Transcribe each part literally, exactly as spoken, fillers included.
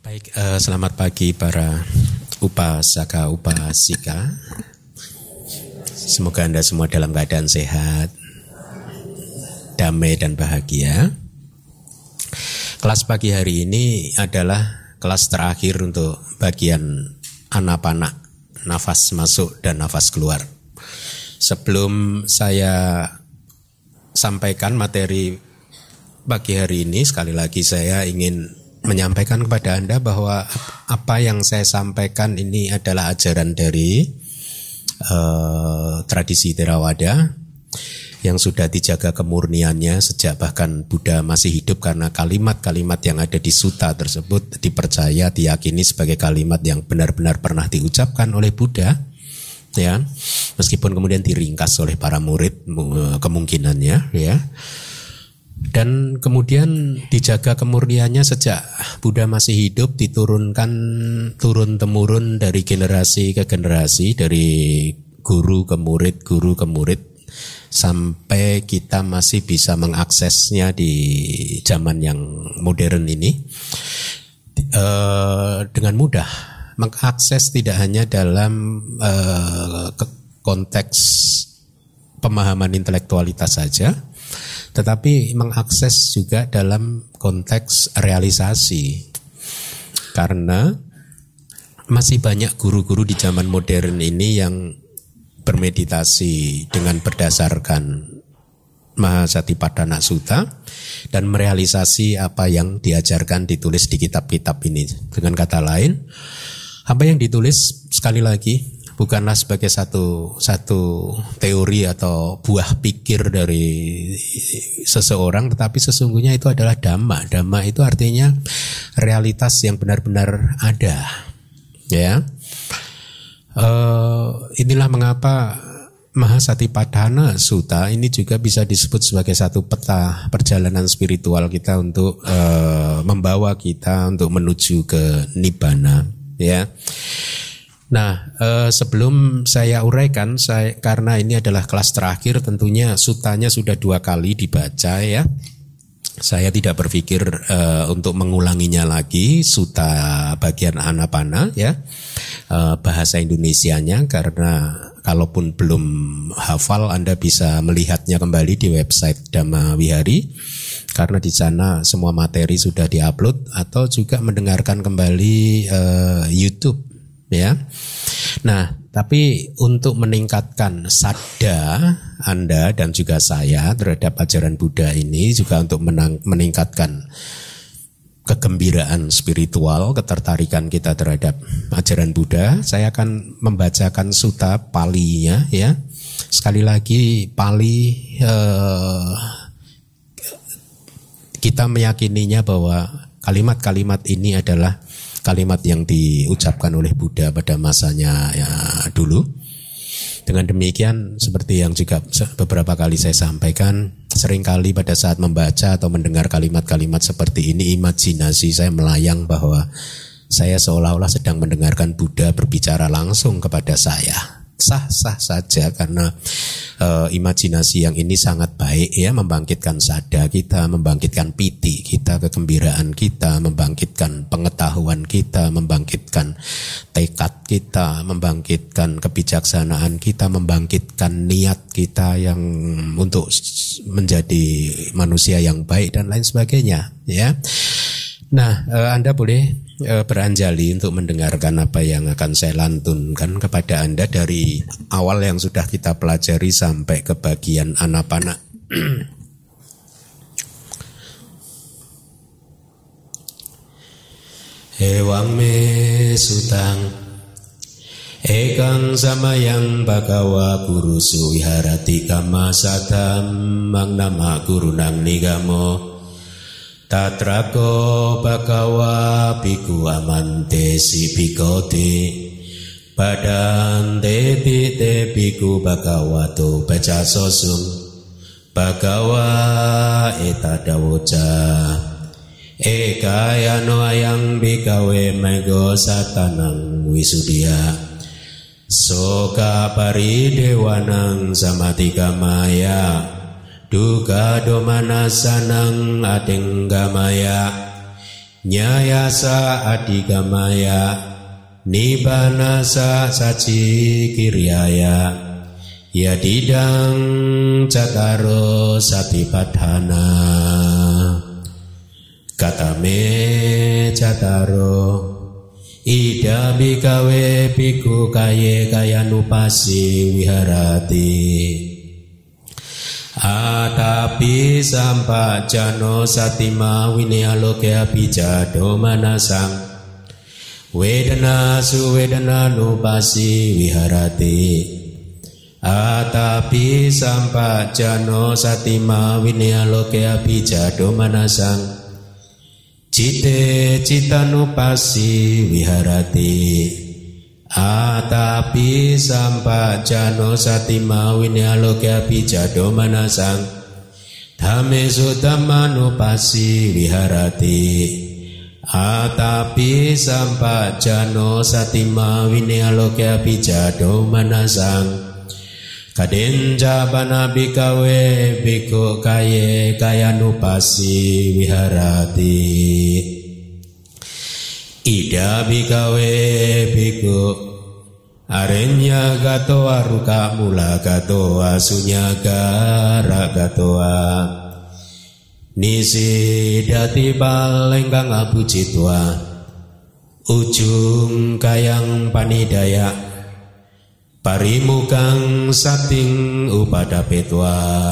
Baik, uh, selamat pagi para upasaka upasika. Semoga Anda semua dalam keadaan sehat, damai dan bahagia. Kelas pagi hari ini adalah kelas terakhir untuk bagian anapana, nafas masuk dan nafas keluar. Sebelum saya sampaikan materi pagi hari ini, sekali lagi saya ingin menyampaikan kepada Anda bahwa apa yang saya sampaikan ini adalah ajaran dari uh, tradisi Theravada yang sudah dijaga kemurniannya sejak bahkan Buddha masih hidup, karena kalimat-kalimat yang ada di sutta tersebut dipercaya, diyakini sebagai kalimat yang benar-benar pernah diucapkan oleh Buddha, ya, meskipun kemudian diringkas oleh para murid kemungkinannya, ya. Dan kemudian dijaga kemurniannya sejak Buddha masih hidup, diturunkan turun-temurun dari generasi ke generasi, dari guru ke murid, guru ke murid, sampai kita masih bisa mengaksesnya di zaman yang modern ini e, dengan mudah. Mengakses tidak hanya dalam e, konteks pemahaman intelektualitas saja, tetapi mengakses juga dalam konteks realisasi. Karena masih banyak guru-guru di zaman modern ini yang bermeditasi dengan berdasarkan Mahasatipattana Sutta dan merealisasi apa yang diajarkan, ditulis di kitab-kitab ini. Dengan kata lain, apa yang ditulis sekali lagi bukanlah sebagai satu satu teori atau buah pikir dari seseorang, tetapi sesungguhnya itu adalah dhamma. Dhamma itu artinya realitas yang benar-benar ada, ya. Uh, inilah mengapa Mahasatipattana Sutta ini juga bisa disebut sebagai satu peta perjalanan spiritual kita untuk uh, membawa kita untuk menuju ke nibbana, ya. Nah, eh, sebelum saya uraikan, saya, karena ini adalah kelas terakhir, tentunya sutanya sudah dua kali dibaca, ya. Saya tidak berpikir eh, untuk mengulanginya lagi, sutta bagian anapana, ya, eh, bahasa Indonesianya, karena kalaupun belum hafal, Anda bisa melihatnya kembali di website Dhamma Wihari, karena di sana semua materi sudah diupload, atau juga mendengarkan kembali eh, YouTube, ya. Nah, tapi untuk meningkatkan sadda Anda dan juga saya terhadap ajaran Buddha ini, juga untuk menang, meningkatkan kegembiraan spiritual, ketertarikan kita terhadap ajaran Buddha, saya akan membacakan sutta Palinya, ya. Sekali lagi, Pali eh, kita meyakininya bahwa kalimat-kalimat ini adalah kalimat yang diucapkan oleh Buddha pada masanya ya, dulu. Dengan demikian, seperti yang juga beberapa kali saya sampaikan, seringkali pada saat membaca atau mendengar kalimat-kalimat seperti ini, imajinasi saya melayang bahwa saya seolah-olah sedang mendengarkan Buddha berbicara langsung kepada saya. Sah-sah saja, karena e, imajinasi yang ini sangat baik, ya, membangkitkan sadda kita, membangkitkan piti kita, kegembiraan kita, membangkitkan pengetahuan kita, membangkitkan tekad kita, membangkitkan kebijaksanaan kita, membangkitkan niat kita yang untuk menjadi manusia yang baik dan lain sebagainya, ya. Nah, e, Anda boleh beranjali untuk mendengarkan apa yang akan saya lantunkan kepada Anda dari awal yang sudah kita pelajari sampai ke bagian anapana. Ewang me sutang ekang samayang bhagawa gurusu viharati kama sadam magnama gurunang nigamo tatrako bhagawa bhikkhu amante si bhikkhoti padante te bhikkhu bhagavato pacasosum bhagawa etadawoca ekayano ayang bhikkhave mego satanang wisuddhya soka paridewanang samatikamaya duka domana sanang adenggamaya nyayasa adigamaya nibbanasa saci kiryaya yadidang cakaro satipadhana katame cataro ida bikawe biku kaye kayanupasi wiharati atapi sampajano satima winealoke abijado manasang wedana suwedana nupasi wiharati atapi sampajano satima winealoke abijado manasang cite citanupasi wiharati atapi sampajano satima winealoke abijado manasang dhame sutamanupasi wiharati atapi sampajano satima winealoke abijado manasang kadenja bana bikawe biko kaye kayanupasi wiharati ida bikawe biko arenya gatoa ruka mula gatoa sunyagara gatoa nisi dati balengkang abucitwa ujung kayang panidaya parimukang sating upadapetwa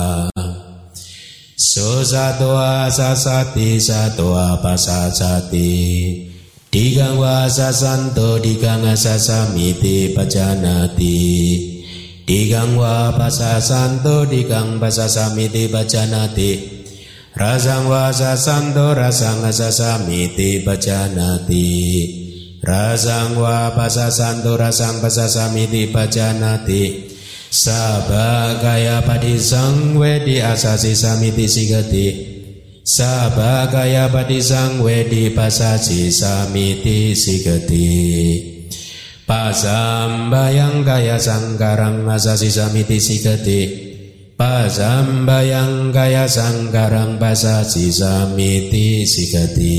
so satoa sasati satoa pasasati digang wasasanto digang asasamiti pajanati digang wa pasasanto digang pasasamiti pajanati rasang wasasanto rasang asasamiti pajanati rasang wa pasasanto rasang pasasamiti pajanati sabagaya padisang wedi asasi samiti sigati sabagaya padisang wedi pasasi samiti sigati pasambayang kaya sangkarang asasi samiti sigati pasambayang kaya sangkarang pasasi samiti sigati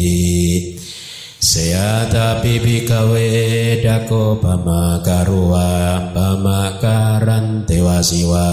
Seata bibikawe dako pamakarua pamakaran tewasiwa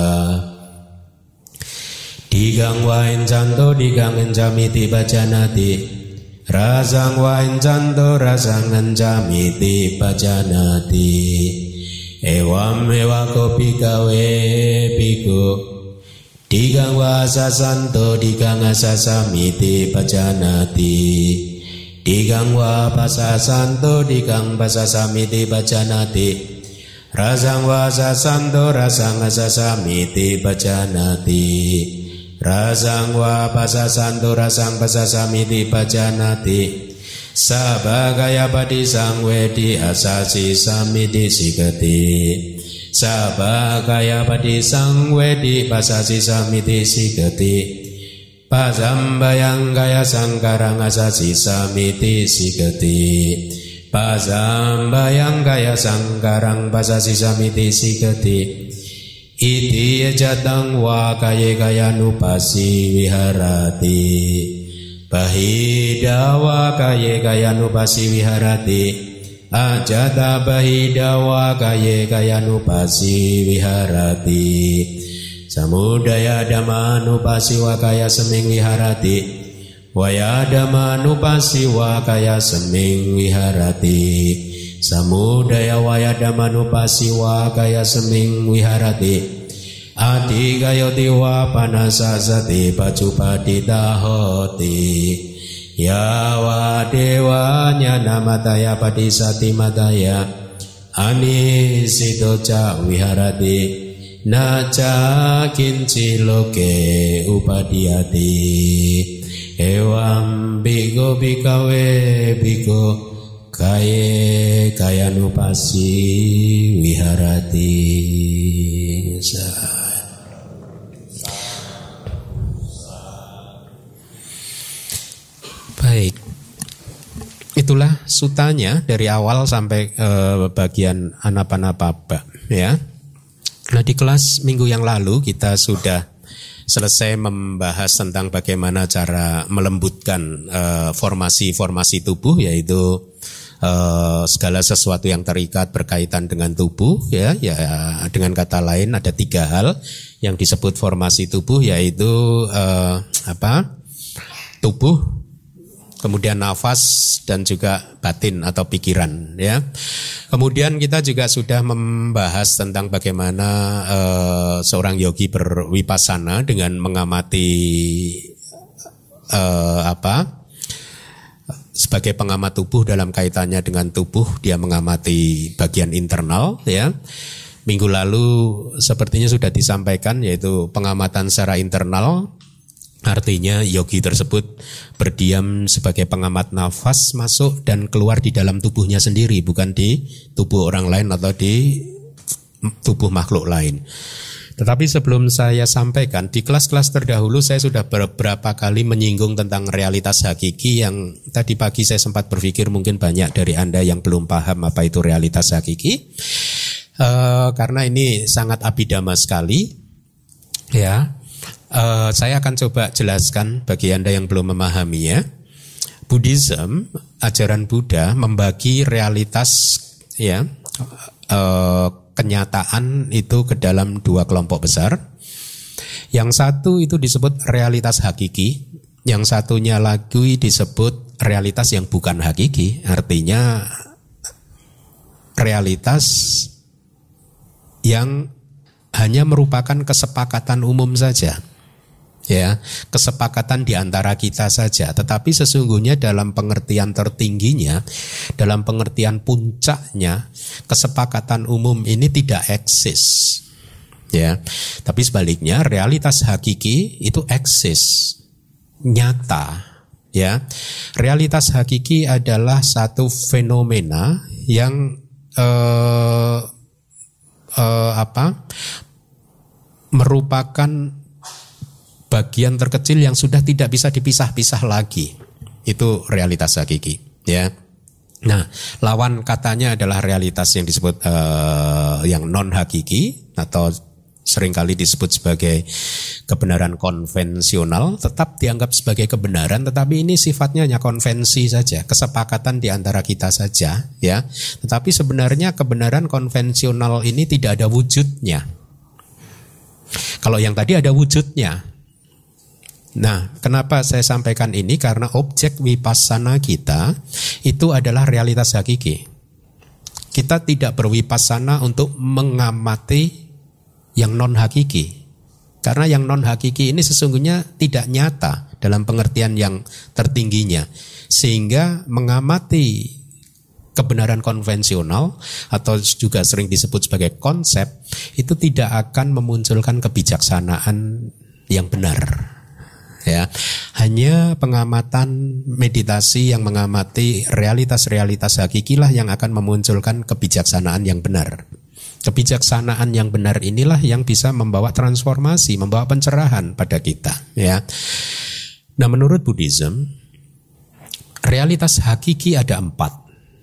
digang wain canto digang encamiti bajanati rasang wain canto rasang encamiti bajanati ewam ewako bikawe biku digang wasa santo digang asasamiti bajanati digang wa pasasanto digang pasasamiti bajanati rasang wasasanto rasang asasamiti bajanati rasang wa pasasanto rasang pasasamiti bajanati sabagaya padisang wedi asasi samiti sigati sabagaya padisang wedi pasasi samiti sigati pasambayang kaya sangkarang asasi samiti sigati pasambayang kaya sangkarang pasasi samiti sigati iti jatang wa kaya kaya nupasi wiharati bahida wa kaya kaya nupasi wiharati ajata bahida wa kaya kaya nupasi wiharati samudaya dhammanupasi wakaya seming wiharati waya dhammanupasi wakaya seming wiharati samudaya waya dhammanupasi wakaya seming wiharati adi gayoti wa panasasati pacupatita hoti ya wa dewanya namataya padisati mataya anisito ca wiharati naca kinci loke upadiyati ewam bigo bikawe bigo kaye kayanupasi wiharati. Baik, itulah sutanya dari awal sampai eh, bagian anapanapaba ya. Nah di kelas minggu yang lalu kita sudah selesai membahas tentang bagaimana cara melembutkan uh, formasi-formasi tubuh, yaitu uh, segala sesuatu yang terikat berkaitan dengan tubuh, ya, ya dengan kata lain ada tiga hal yang disebut formasi tubuh, yaitu uh, apa? Tubuh, kemudian nafas, dan juga batin atau pikiran, ya. Kemudian kita juga sudah membahas tentang bagaimana uh, seorang yogi berwipasana dengan mengamati uh, apa? Sebagai pengamat tubuh dalam kaitannya dengan tubuh, dia mengamati bagian internal, ya. Minggu lalu sepertinya sudah disampaikan, yaitu pengamatan secara internal. Artinya yogi tersebut berdiam sebagai pengamat nafas masuk dan keluar di dalam tubuhnya sendiri, bukan di tubuh orang lain atau di tubuh makhluk lain. Tetapi sebelum saya sampaikan, di kelas-kelas terdahulu saya sudah beberapa kali menyinggung tentang realitas hakiki yang tadi pagi saya sempat berpikir mungkin banyak dari Anda yang belum paham apa itu realitas hakiki. Uh, karena ini sangat abidama sekali, ya. Uh, saya akan coba jelaskan bagi Anda yang belum memahaminya. Buddhism, ajaran Buddha membagi realitas, ya, uh, kenyataan itu ke dalam dua kelompok besar. Yang satu itu disebut realitas hakiki, yang satunya lagi disebut realitas yang bukan hakiki. Artinya realitas yang hanya merupakan kesepakatan umum saja, ya, kesepakatan di antara kita saja. Tetapi sesungguhnya dalam pengertian tertingginya, dalam pengertian puncaknya, kesepakatan umum ini tidak eksis, ya. Tapi sebaliknya realitas hakiki itu eksis, nyata, ya. Realitas hakiki adalah satu fenomena yang eh, eh, apa? merupakan bagian terkecil yang sudah tidak bisa dipisah-pisah lagi. Itu realitas hakiki, ya. Nah, lawan katanya adalah realitas yang disebut uh, yang non hakiki atau seringkali disebut sebagai kebenaran konvensional, tetap dianggap sebagai kebenaran, tetapi ini sifatnya hanya konvensi saja, kesepakatan di antara kita saja, ya. Tetapi sebenarnya kebenaran konvensional ini tidak ada wujudnya. Kalau yang tadi ada wujudnya. Nah, kenapa saya sampaikan ini? Karena objek vipassana kita itu adalah realitas hakiki. Kita tidak bervipassana untuk mengamati yang non hakiki. Karena yang non hakiki ini sesungguhnya tidak nyata dalam pengertian yang tertingginya. Sehingga mengamati kebenaran konvensional atau juga sering disebut sebagai konsep itu tidak akan memunculkan kebijaksanaan yang benar, ya. Hanya pengamatan meditasi yang mengamati realitas-realitas hakikilah yang akan memunculkan kebijaksanaan yang benar. Kebijaksanaan yang benar inilah yang bisa membawa transformasi, membawa pencerahan pada kita, ya. Nah, menurut Buddhism, realitas hakiki ada empat,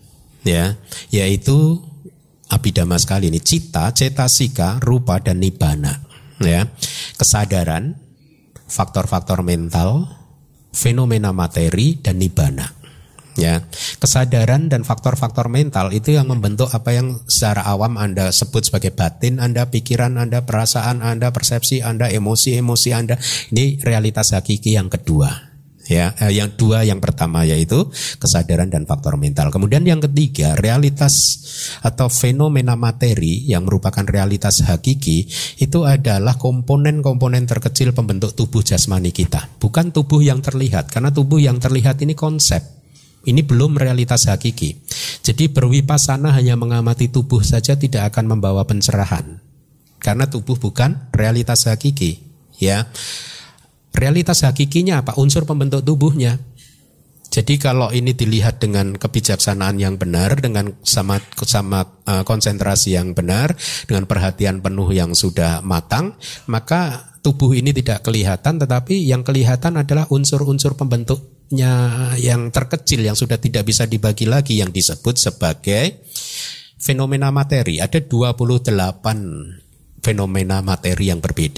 ya, yaitu abidama sekali ini, cita, cetasika, rupa, dan nibbana, ya. Kesadaran, faktor-faktor mental, fenomena materi, dan nibbana, ya. Kesadaran dan faktor-faktor mental itu yang membentuk apa yang secara awam Anda sebut sebagai batin Anda, pikiran Anda, perasaan Anda, persepsi Anda, emosi-emosi Anda. Ini realitas hakiki yang kedua, ya. Eh, yang dua, yang pertama yaitu kesadaran dan faktor mental. Kemudian yang ketiga, realitas atau fenomena materi yang merupakan realitas hakiki itu adalah komponen-komponen terkecil pembentuk tubuh jasmani kita, bukan tubuh yang terlihat. Karena tubuh yang terlihat ini konsep, ini belum realitas hakiki. Jadi bervipassana hanya mengamati tubuh saja tidak akan membawa pencerahan, karena tubuh bukan realitas hakiki, ya. Realitas hakikinya apa? Unsur pembentuk tubuhnya. Jadi kalau ini dilihat dengan kebijaksanaan yang benar, dengan sama sama uh, konsentrasi yang benar, dengan perhatian penuh yang sudah matang, maka tubuh ini tidak kelihatan, tetapi yang kelihatan adalah unsur-unsur pembentuknya yang terkecil yang sudah tidak bisa dibagi lagi, yang disebut sebagai fenomena materi. Ada dua puluh delapan fenomena materi yang berbeda.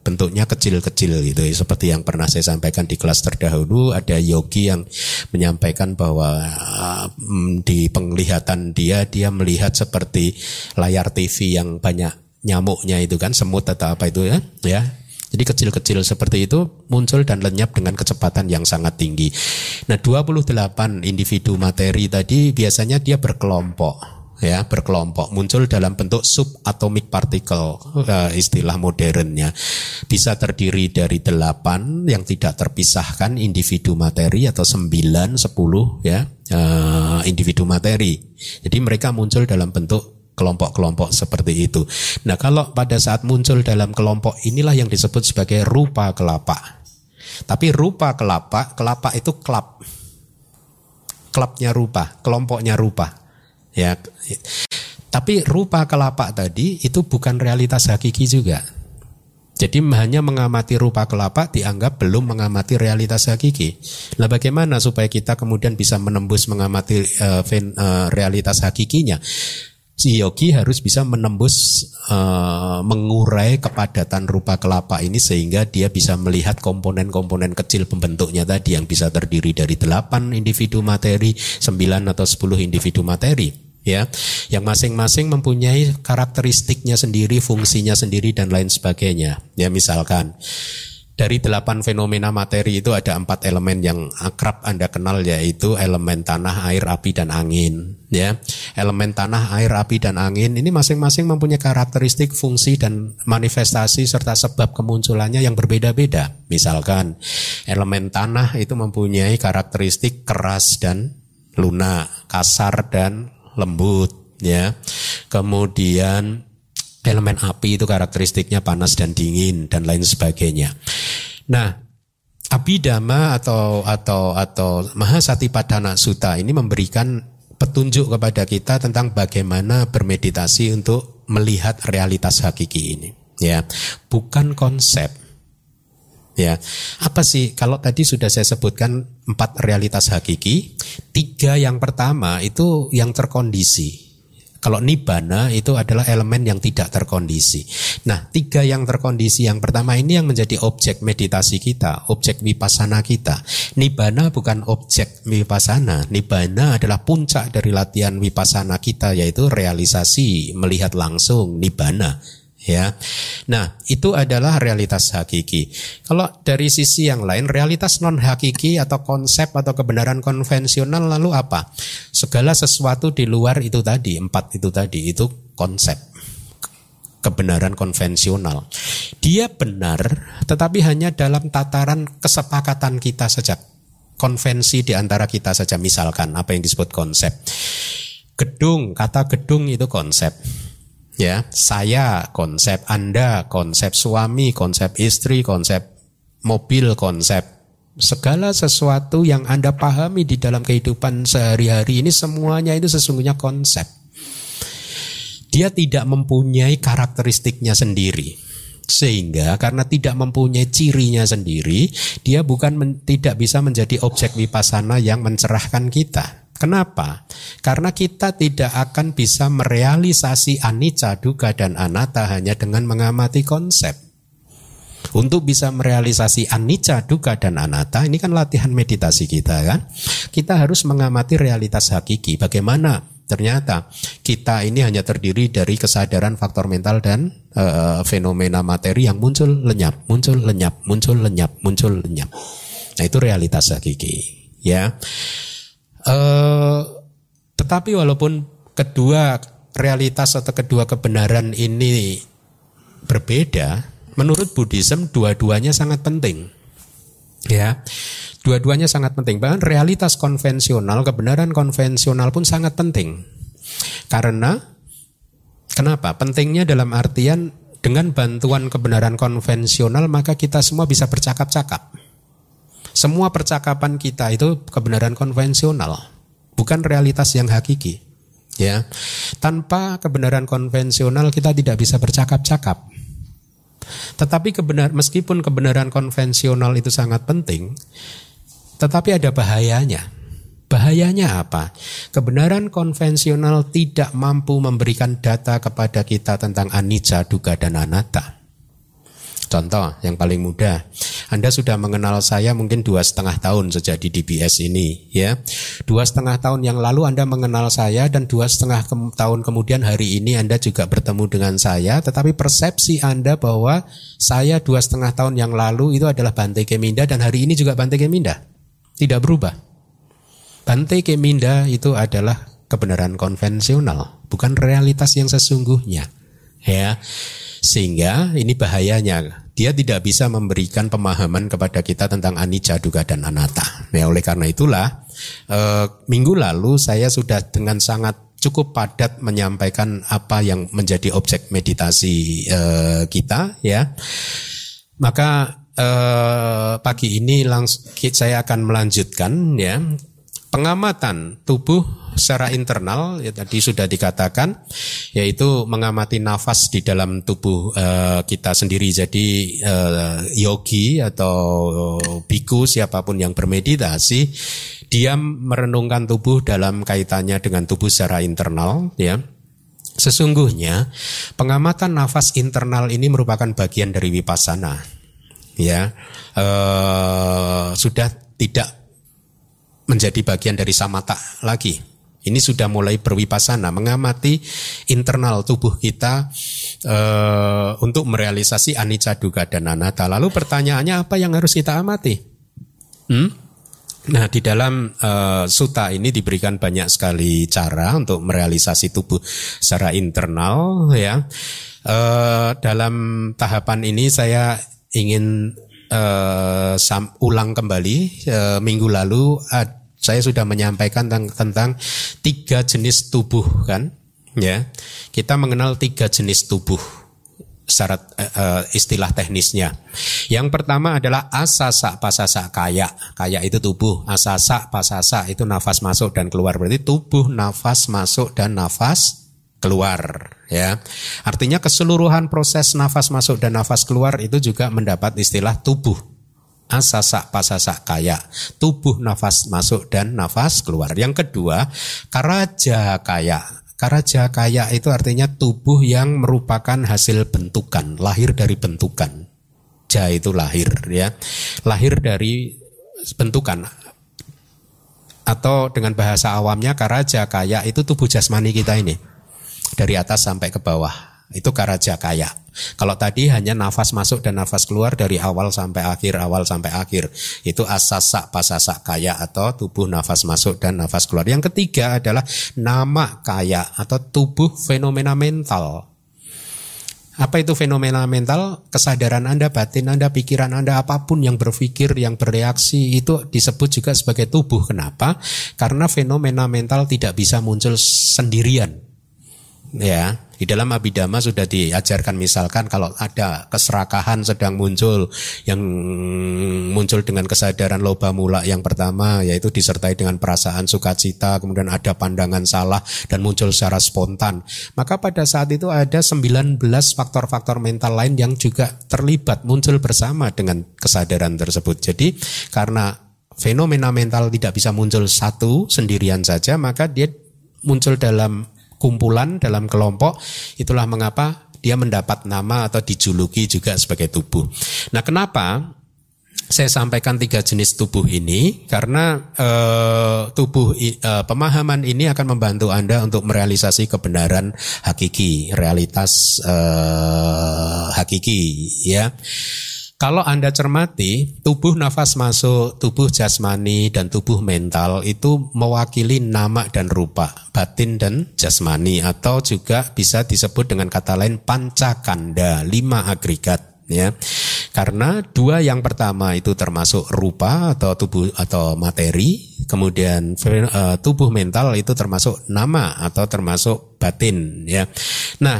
bentuknya kecil-kecil gitu. Seperti yang pernah saya sampaikan di kelas terdahulu, ada yogi yang menyampaikan bahwa mm, di penglihatan dia, dia melihat seperti layar T V yang banyak nyamuknya itu kan, semut atau apa itu ya, ya. Jadi kecil-kecil seperti itu muncul dan lenyap dengan kecepatan yang sangat tinggi. Nah, dua puluh delapan individu materi tadi biasanya dia berkelompok, ya, berkelompok, muncul dalam bentuk subatomic particle, uh, istilah modernnya. Bisa terdiri dari delapan yang tidak terpisahkan individu materi atau sembilan, sepuluh ya, uh, individu materi. Jadi mereka muncul dalam bentuk kelompok-kelompok seperti itu. Nah, kalau pada saat muncul dalam kelompok inilah yang disebut sebagai rupa kelapa. Tapi rupa kelapa, kelapa itu klap. Klapnya rupa, kelompoknya rupa. Ya. Tapi rupa kelapa tadi itu bukan realitas hakiki juga. Jadi hanya mengamati rupa kelapa dianggap belum mengamati realitas hakiki. Nah, bagaimana supaya kita kemudian bisa menembus mengamati uh, fen, uh, realitas hakikinya? Si yogi harus bisa menembus, uh, mengurai kepadatan rupa kelapa ini sehingga dia bisa melihat komponen-komponen kecil pembentuknya tadi yang bisa terdiri dari delapan individu materi, sembilan atau sepuluh individu materi, ya, yang masing-masing mempunyai karakteristiknya sendiri, fungsinya sendiri dan lain sebagainya. Ya, misalkan dari delapan fenomena materi itu ada empat elemen yang akrab Anda kenal, yaitu elemen tanah, air, api, dan angin. Ya, elemen tanah, air, api, dan angin ini masing-masing mempunyai karakteristik, fungsi, dan manifestasi serta sebab kemunculannya yang berbeda-beda. Misalkan elemen tanah itu mempunyai karakteristik keras dan lunak, kasar dan lembut. Ya, kemudian elemen api itu karakteristiknya panas dan dingin dan lain sebagainya. Nah, Abhidhamma atau atau atau Mahasatipadhana Sutta ini memberikan petunjuk kepada kita tentang bagaimana bermeditasi untuk melihat realitas hakiki ini. Ya, bukan konsep. Ya, apa sih? Kalau tadi sudah saya sebutkan empat realitas hakiki, tiga yang pertama itu yang terkondisi. Kalau nibbana itu adalah elemen yang tidak terkondisi. Nah, tiga yang terkondisi yang pertama ini yang menjadi objek meditasi kita, objek vipassana kita. Nibbana bukan objek vipassana. Nibbana adalah puncak dari latihan vipassana kita, yaitu realisasi melihat langsung nibbana. Ya, nah itu adalah realitas hakiki. Kalau dari sisi yang lain, realitas non hakiki atau konsep atau kebenaran konvensional lalu apa? Segala sesuatu di luar itu tadi, empat itu tadi, itu konsep kebenaran konvensional. Dia benar, tetapi hanya dalam tataran kesepakatan kita saja, konvensi di antara kita saja. Misalkan apa yang disebut konsep? Gedung, kata gedung itu konsep. Ya, saya konsep, Anda konsep, suami konsep, istri konsep, mobil konsep. Segala sesuatu yang Anda pahami di dalam kehidupan sehari-hari ini semuanya itu sesungguhnya konsep. Dia tidak mempunyai karakteristiknya sendiri. Sehingga karena tidak mempunyai cirinya sendiri, dia bukan men, tidak bisa menjadi objek vipassana yang mencerahkan kita. Kenapa? Karena kita tidak akan bisa merealisasi anicca, dukkha, dan anatta hanya dengan mengamati konsep. Untuk bisa merealisasi anicca, dukkha, dan anatta, ini kan latihan meditasi kita kan. Kita harus mengamati realitas hakiki. Bagaimana ternyata kita ini hanya terdiri dari kesadaran faktor mental dan uh, fenomena materi yang muncul lenyap, muncul lenyap, muncul lenyap, muncul lenyap. Nah, itu realitas hakiki, ya. Uh, tetapi walaupun kedua realitas atau kedua kebenaran ini berbeda, menurut Buddhism dua-duanya sangat penting. Ya, dua-duanya sangat penting. Bahkan realitas konvensional, kebenaran konvensional pun sangat penting. Karena kenapa? Pentingnya dalam artian dengan bantuan kebenaran konvensional maka kita semua bisa bercakap-cakap. Semua percakapan kita itu kebenaran konvensional, bukan realitas yang hakiki. Ya, tanpa kebenaran konvensional kita tidak bisa bercakap-cakap. Tetapi kebenar, meskipun kebenaran konvensional itu sangat penting, tetapi ada bahayanya. Bahayanya apa? Kebenaran konvensional tidak mampu memberikan data kepada kita tentang anicca, dukkha, dan anatta. Contoh yang paling mudah, Anda sudah mengenal saya mungkin dua setengah tahun sejak di D B S ini, ya. Dua setengah tahun yang lalu Anda mengenal saya dan dua setengah ke- tahun kemudian hari ini Anda juga bertemu dengan saya, tetapi persepsi Anda bahwa saya dua setengah tahun yang lalu itu adalah Bante Keminda dan hari ini juga Bante Keminda, tidak berubah. Bante Keminda itu adalah kebenaran konvensional, bukan realitas yang sesungguhnya, ya. Sehingga ini bahayanya, dia tidak bisa memberikan pemahaman kepada kita tentang anicca, dukkha dan anatta. Ya, oleh karena itulah eh, minggu lalu saya sudah dengan sangat cukup padat menyampaikan apa yang menjadi objek meditasi eh, kita, ya. Maka eh, pagi ini langsung saya akan melanjutkan, ya. Pengamatan tubuh secara internal, ya, tadi sudah dikatakan, yaitu mengamati nafas di dalam tubuh uh, kita sendiri. Jadi uh, yogi atau biku siapapun yang bermeditasi, dia merenungkan tubuh dalam kaitannya dengan tubuh secara internal, ya. Sesungguhnya pengamatan nafas internal ini merupakan bagian dari vipassana, ya. Uh, sudah tidak menjadi bagian dari samatha lagi. Ini sudah mulai berwipasana, mengamati internal tubuh kita uh, untuk merealisasi anicca, dukkha dan anatta. Lalu pertanyaannya, apa yang harus kita amati? Hmm? Nah, di dalam uh, sutta ini diberikan banyak sekali cara untuk merealisasi tubuh secara internal, ya. Uh, dalam tahapan ini saya ingin Uh, sam, ulang kembali uh, minggu lalu uh, saya sudah menyampaikan tentang, tentang tiga jenis tubuh, kan, ya. Kita mengenal tiga jenis tubuh secara uh, istilah teknisnya. Yang pertama adalah asasa pasasa kaya. Kaya itu tubuh, asasa pasasa itu nafas masuk dan keluar. Berarti tubuh, nafas masuk dan nafas keluar, ya. Artinya keseluruhan proses nafas masuk dan nafas keluar itu juga mendapat istilah tubuh. Asasa pasasa kaya, tubuh, nafas masuk dan nafas keluar. Yang kedua, karaja kaya. Karaja kaya itu artinya tubuh yang merupakan hasil bentukan, lahir dari bentukan. Ja itu lahir, ya. Lahir dari bentukan. Atau dengan bahasa awamnya, karaja kaya itu tubuh jasmani kita ini. Dari atas sampai ke bawah, itu karaja kaya. Kalau tadi hanya nafas masuk dan nafas keluar dari awal sampai akhir, awal sampai akhir, itu asasa pasasa kaya atau tubuh nafas masuk dan nafas keluar. Yang ketiga adalah nama kaya atau tubuh fenomena mental. Apa itu fenomena mental? Kesadaran Anda, batin Anda, pikiran Anda, apapun yang berpikir, yang bereaksi, itu disebut juga sebagai tubuh. Kenapa? Karena fenomena mental tidak bisa muncul sendirian. Ya, di dalam Abhidhamma sudah diajarkan, misalkan kalau ada keserakahan sedang muncul, yang muncul dengan kesadaran loba mula yang pertama, yaitu disertai dengan perasaan sukacita, kemudian ada pandangan salah dan muncul secara spontan. Maka pada saat itu ada sembilan belas faktor-faktor mental lain yang juga terlibat, muncul bersama dengan kesadaran tersebut. Jadi karena fenomena mental tidak bisa muncul satu sendirian saja, maka dia muncul dalam kumpulan, dalam kelompok. Itulah mengapa dia mendapat nama atau dijuluki juga sebagai tubuh. Nah, kenapa saya sampaikan tiga jenis tubuh ini? Karena eh, tubuh eh, pemahaman ini akan membantu Anda untuk merealisasi kebenaran hakiki, realitas eh, hakiki, ya. Kalau Anda cermati, tubuh nafas masuk, tubuh jasmani, dan tubuh mental itu mewakili nama dan rupa, batin dan jasmani, atau juga bisa disebut dengan kata lain pancakanda, lima agregat, ya. Karena dua yang pertama itu termasuk rupa atau tubuh atau materi, kemudian uh, tubuh mental itu termasuk nama atau termasuk batin, ya. Nah,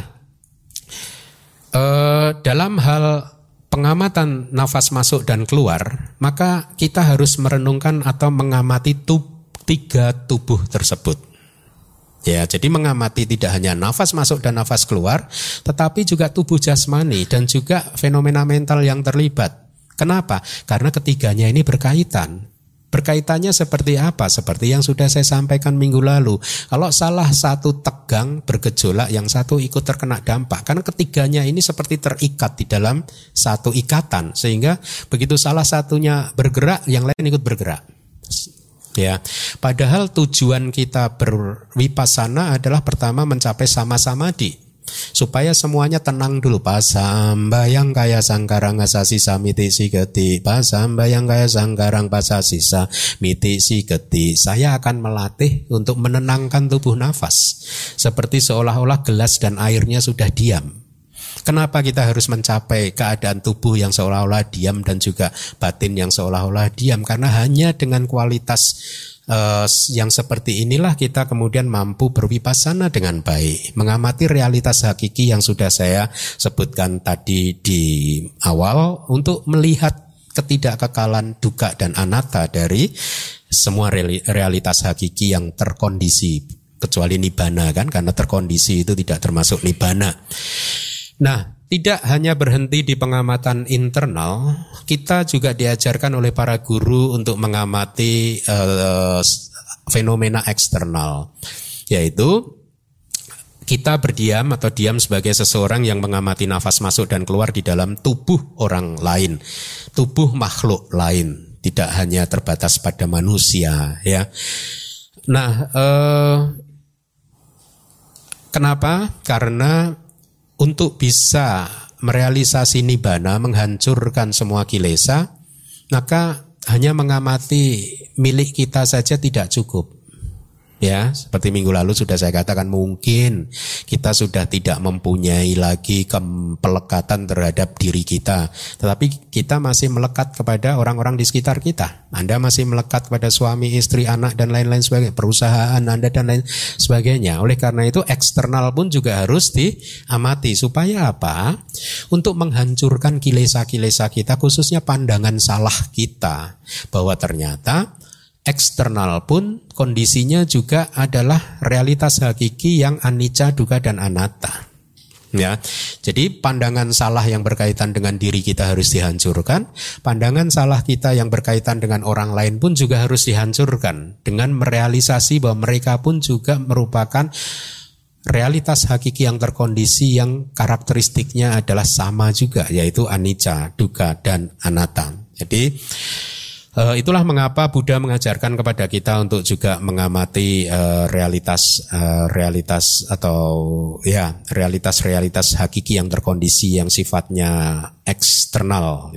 uh, dalam hal pengamatan nafas masuk dan keluar, maka kita harus merenungkan atau mengamati tub, tiga tubuh tersebut. Ya, jadi mengamati tidak hanya nafas masuk dan nafas keluar, tetapi juga tubuh jasmani dan juga fenomena mental yang terlibat. Kenapa? Karena ketiganya ini berkaitan. Berkaitannya seperti apa? Seperti yang sudah saya sampaikan minggu lalu. Kalau salah satu tegang, bergejolak, yang satu ikut terkena dampak. Karena ketiganya ini seperti terikat di dalam satu ikatan. Sehingga begitu salah satunya bergerak, yang lain ikut bergerak. Ya, padahal tujuan kita berwipasana adalah pertama mencapai sama-samadhi. Supaya semuanya tenang dulu. Pasambayang kaya sangkarang asasisa miti siketi. Pasambayang kaya sangkarang pasasisa miti siketi. Saya akan melatih untuk menenangkan tubuh nafas. Seperti seolah-olah gelas dan airnya sudah diam. Kenapa kita harus mencapai keadaan tubuh yang seolah-olah diam dan juga batin yang seolah-olah diam? Karena hanya dengan kualitas Uh, yang seperti inilah kita kemudian mampu berwipasana dengan baik, mengamati realitas hakiki yang sudah saya sebutkan tadi di awal, untuk melihat ketidakkekalan dukkha dan anatta dari semua realitas hakiki yang terkondisi, kecuali nibbana kan, karena terkondisi itu tidak termasuk nibbana. Nah, tidak hanya berhenti di pengamatan internal, kita juga diajarkan oleh para guru untuk mengamati uh, fenomena eksternal, yaitu kita berdiam atau diam sebagai seseorang yang mengamati nafas masuk dan keluar di dalam tubuh orang lain, tubuh makhluk lain, tidak hanya terbatas pada manusia, ya. Nah, uh, kenapa? Karena untuk bisa merealisasi nibbana, menghancurkan semua kilesa, maka hanya mengamati milik kita saja tidak cukup. Ya, seperti minggu lalu sudah saya katakan, mungkin kita sudah tidak mempunyai lagi pelekatan terhadap diri kita, tetapi kita masih melekat kepada orang-orang di sekitar kita. Anda masih melekat kepada suami, istri, anak, dan lain-lain sebagainya, perusahaan Anda dan lain sebagainya. Oleh karena itu eksternal pun juga harus diamati. Supaya apa? Untuk menghancurkan kilesa-kilesa kita, khususnya pandangan salah kita, bahwa ternyata eksternal pun kondisinya juga adalah realitas hakiki yang anicca, dukkha, dan anatta. Ya, jadi pandangan salah yang berkaitan dengan diri kita harus dihancurkan. Pandangan salah kita yang berkaitan dengan orang lain pun juga harus dihancurkan, dengan merealisasi bahwa mereka pun juga merupakan realitas hakiki yang terkondisi yang karakteristiknya adalah sama juga, yaitu anicca, dukkha, dan anatta. Jadi Uh, itulah mengapa Buddha mengajarkan kepada kita untuk juga mengamati uh, realitas uh, realitas atau ya realitas-realitas hakiki yang terkondisi yang sifatnya eksternal.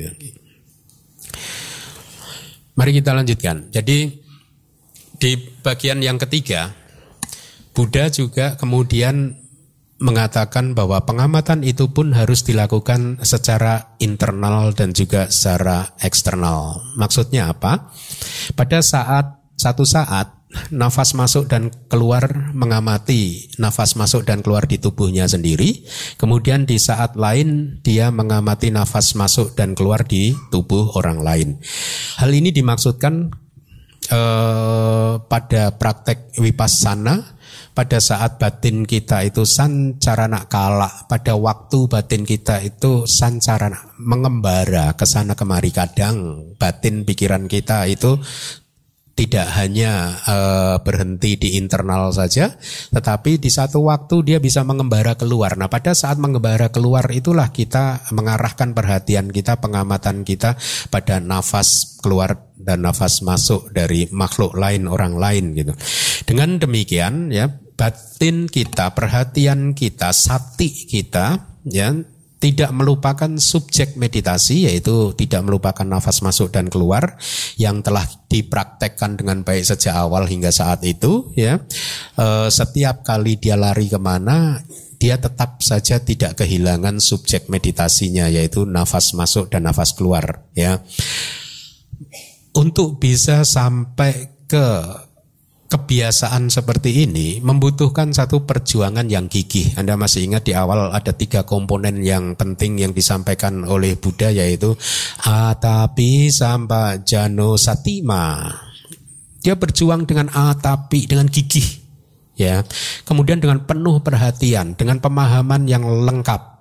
Mari kita lanjutkan. Jadi di bagian yang ketiga, Buddha juga kemudian mengatakan bahwa pengamatan itu pun harus dilakukan secara internal dan juga secara eksternal. Maksudnya apa? Pada saat satu saat nafas masuk dan keluar, mengamati nafas masuk dan keluar di tubuhnya sendiri. Kemudian di saat lain dia mengamati nafas masuk dan keluar di tubuh orang lain. Hal ini dimaksudkan eh, pada praktek vipassana. Pada saat batin kita itu sancarana kala, pada waktu batin kita itu sancarana, mengembara ke sana kemari. Kadang batin pikiran kita itu tidak hanya e, berhenti di internal saja, tetapi di satu waktu dia bisa mengembara keluar. Nah, pada saat mengembara keluar itulah kita mengarahkan perhatian kita, pengamatan kita pada nafas keluar dan nafas masuk dari makhluk lain, orang lain gitu. Dengan demikian ya, batin kita, perhatian kita, sati kita ya tidak melupakan subjek meditasi, yaitu tidak melupakan nafas masuk dan keluar yang telah dipraktekkan dengan baik sejak awal hingga saat itu ya. E, setiap kali dia lari kemana, dia tetap saja tidak kehilangan subjek meditasinya, yaitu nafas masuk dan nafas keluar ya. Untuk bisa sampai ke kebiasaan seperti ini membutuhkan satu perjuangan yang gigih. Anda masih ingat di awal ada tiga komponen yang penting yang disampaikan oleh Buddha, yaitu atapi sampajano satima. Dia berjuang dengan atapi, dengan gigih ya. Kemudian dengan penuh perhatian, dengan pemahaman yang lengkap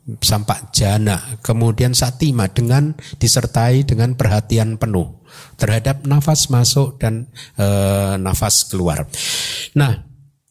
sampai jana, kemudian satima dengan disertai dengan perhatian penuh terhadap nafas masuk dan e, nafas keluar. Nah,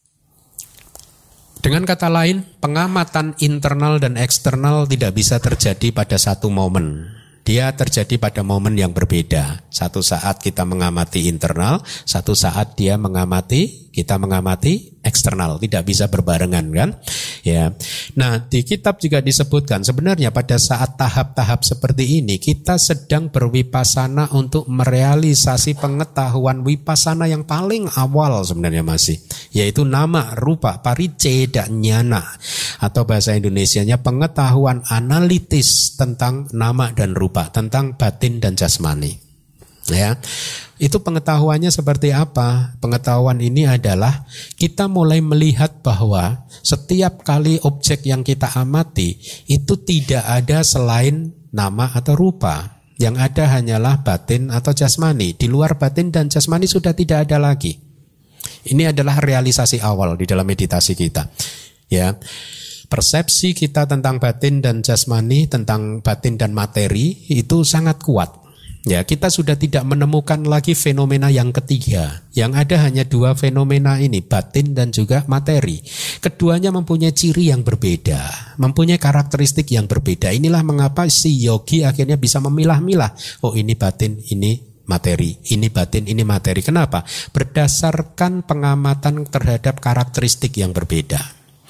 dengan kata lain, pengamatan internal dan eksternal tidak bisa terjadi pada satu momen. Dia terjadi pada momen yang berbeda. Satu saat kita mengamati internal, satu saat dia mengamati, kita mengamati eksternal. Tidak bisa berbarengan, kan? Ya. Nah, di kitab juga disebutkan sebenarnya pada saat tahap-tahap seperti ini kita sedang berwipasana untuk merealisasi pengetahuan wipasana yang paling awal sebenarnya masih, yaitu nama, rupa, pariceda, nyana, atau bahasa Indonesianya pengetahuan analitis tentang nama dan rupa, tentang batin dan jasmani. Ya, itu pengetahuannya seperti apa? Pengetahuan ini adalah kita mulai melihat bahwa setiap kali objek yang kita amati itu tidak ada selain nama atau rupa. Yang ada hanyalah batin atau jasmani. Di luar batin dan jasmani sudah tidak ada lagi. Ini adalah realisasi awal di dalam meditasi kita. Ya. Persepsi kita tentang batin dan jasmani, tentang batin dan materi itu sangat kuat. Ya, kita sudah tidak menemukan lagi fenomena yang ketiga. Yang ada hanya dua fenomena ini, batin dan juga materi. Keduanya mempunyai ciri yang berbeda, mempunyai karakteristik yang berbeda. Inilah mengapa si yogi akhirnya bisa memilah-milah. Oh, ini batin, ini materi. Ini batin, ini materi. Kenapa? Berdasarkan pengamatan terhadap karakteristik yang berbeda.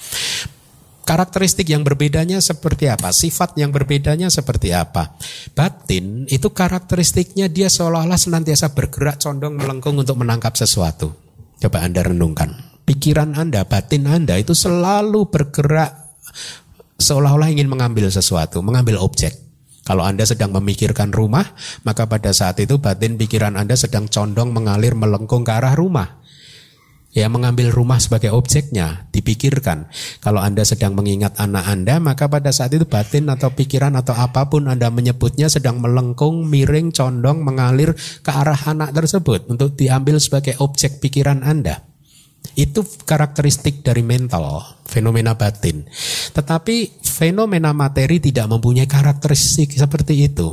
Karakteristik yang berbedanya seperti apa? Sifat yang berbedanya seperti apa? Batin itu karakteristiknya dia seolah-olah senantiasa bergerak condong melengkung untuk menangkap sesuatu. Coba Anda renungkan. Pikiran Anda, batin Anda itu selalu bergerak seolah-olah ingin mengambil sesuatu, mengambil objek. Kalau Anda sedang memikirkan rumah, maka pada saat itu batin pikiran Anda sedang condong mengalir melengkung ke arah rumah. Ya, mengambil rumah sebagai objeknya, dipikirkan. Kalau Anda sedang mengingat anak Anda, maka pada saat itu batin atau pikiran atau apapun Anda menyebutnya sedang melengkung, miring, condong, mengalir ke arah anak tersebut untuk diambil sebagai objek pikiran Anda. Itu karakteristik dari mental, fenomena batin. Tetapi fenomena materi tidak mempunyai karakteristik seperti itu.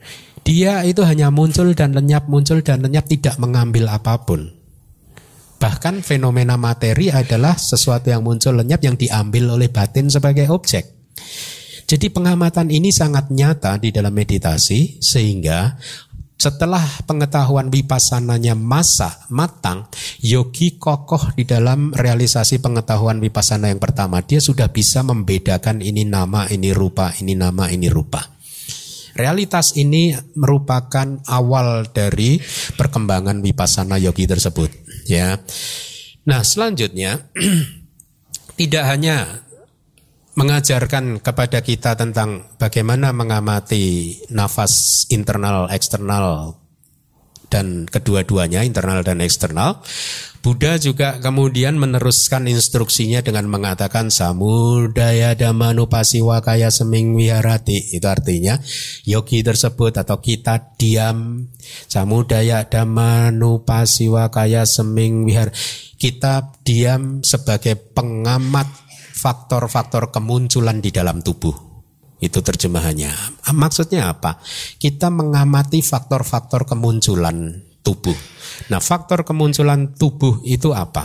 Dia itu hanya muncul dan lenyap, muncul dan lenyap, tidak mengambil apapun. Bahkan fenomena materi adalah sesuatu yang muncul lenyap yang diambil oleh batin sebagai objek. Jadi pengamatan ini sangat nyata di dalam meditasi, sehingga setelah pengetahuan wipassananya masa matang, yogi kokoh di dalam realisasi pengetahuan vipassana yang pertama. Dia sudah bisa membedakan ini nama, ini rupa, ini nama, ini rupa. Realitas ini merupakan awal dari perkembangan vipassana yogi tersebut. Ya, nah selanjutnya tidak hanya mengajarkan kepada kita tentang bagaimana mengamati nafas internal, eksternal, dan kedua-duanya internal dan eksternal. Buddha juga kemudian meneruskan instruksinya dengan mengatakan samudaya dhammanupasiwa kaya seming viharati. Itu artinya yogi tersebut atau kita diam, samudaya dhammanupasiwa kaya seming vihar. Kita diam sebagai pengamat faktor-faktor kemunculan di dalam tubuh. Itu terjemahannya. Maksudnya apa? Kita mengamati faktor-faktor kemunculan tubuh. Nah, faktor kemunculan tubuh itu apa?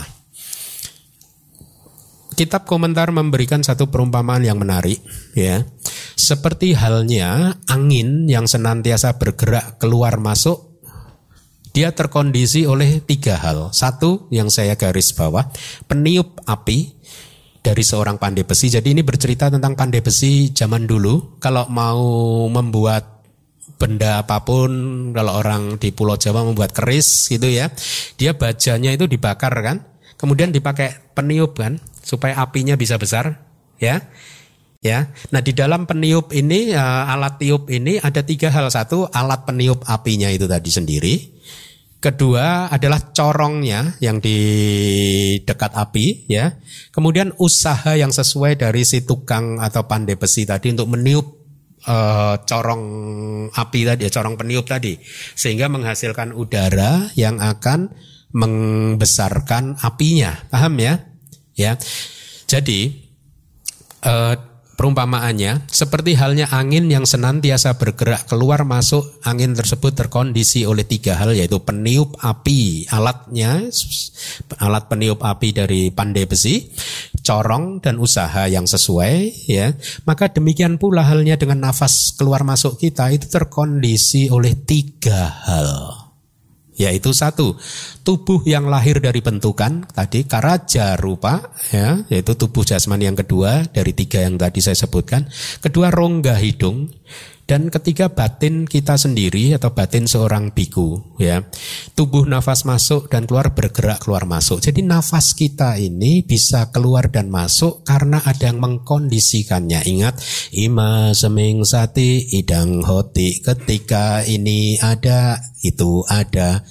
Kitab komentar memberikan satu perumpamaan yang menarik, ya. Seperti halnya angin yang senantiasa bergerak keluar masuk, dia terkondisi oleh tiga hal. Satu yang saya garis bawah, peniup api dari seorang pandai besi. Jadi ini bercerita tentang pandai besi zaman dulu. Kalau mau membuat benda apapun, kalau orang di Pulau Jawa membuat keris gitu ya, dia bajanya itu dibakar kan, kemudian dipakai peniup kan, supaya apinya bisa besar, ya, ya. Nah di dalam peniup ini, alat tiup ini ada tiga hal. Satu, alat peniup apinya itu tadi sendiri. Kedua adalah corongnya yang di dekat api, ya. Kemudian usaha yang sesuai dari si tukang atau pandai besi tadi untuk meniup Uh, corong api tadi, corong peniup tadi, sehingga menghasilkan udara yang akan membesarkan apinya, paham ya? Ya, jadi uh, Perumpamaannya, seperti halnya angin yang senantiasa bergerak keluar masuk, angin tersebut terkondisi oleh tiga hal, yaitu peniup api, alatnya, alat peniup api dari pandai besi, corong dan usaha yang sesuai, ya. Maka demikian pula halnya dengan nafas keluar masuk kita itu terkondisi oleh tiga hal. Yaitu satu, tubuh yang lahir dari bentukan tadi karaja rupa, ya, yaitu tubuh jasmani yang kedua dari tiga yang tadi saya sebutkan. Kedua, rongga hidung. Dan ketiga, batin kita sendiri atau batin seorang biku, ya. Tubuh nafas masuk dan keluar bergerak keluar masuk. Jadi nafas kita ini bisa keluar dan masuk karena ada yang mengkondisikannya. Ingat, ima seming sati idang hoti, ketika ini ada itu ada.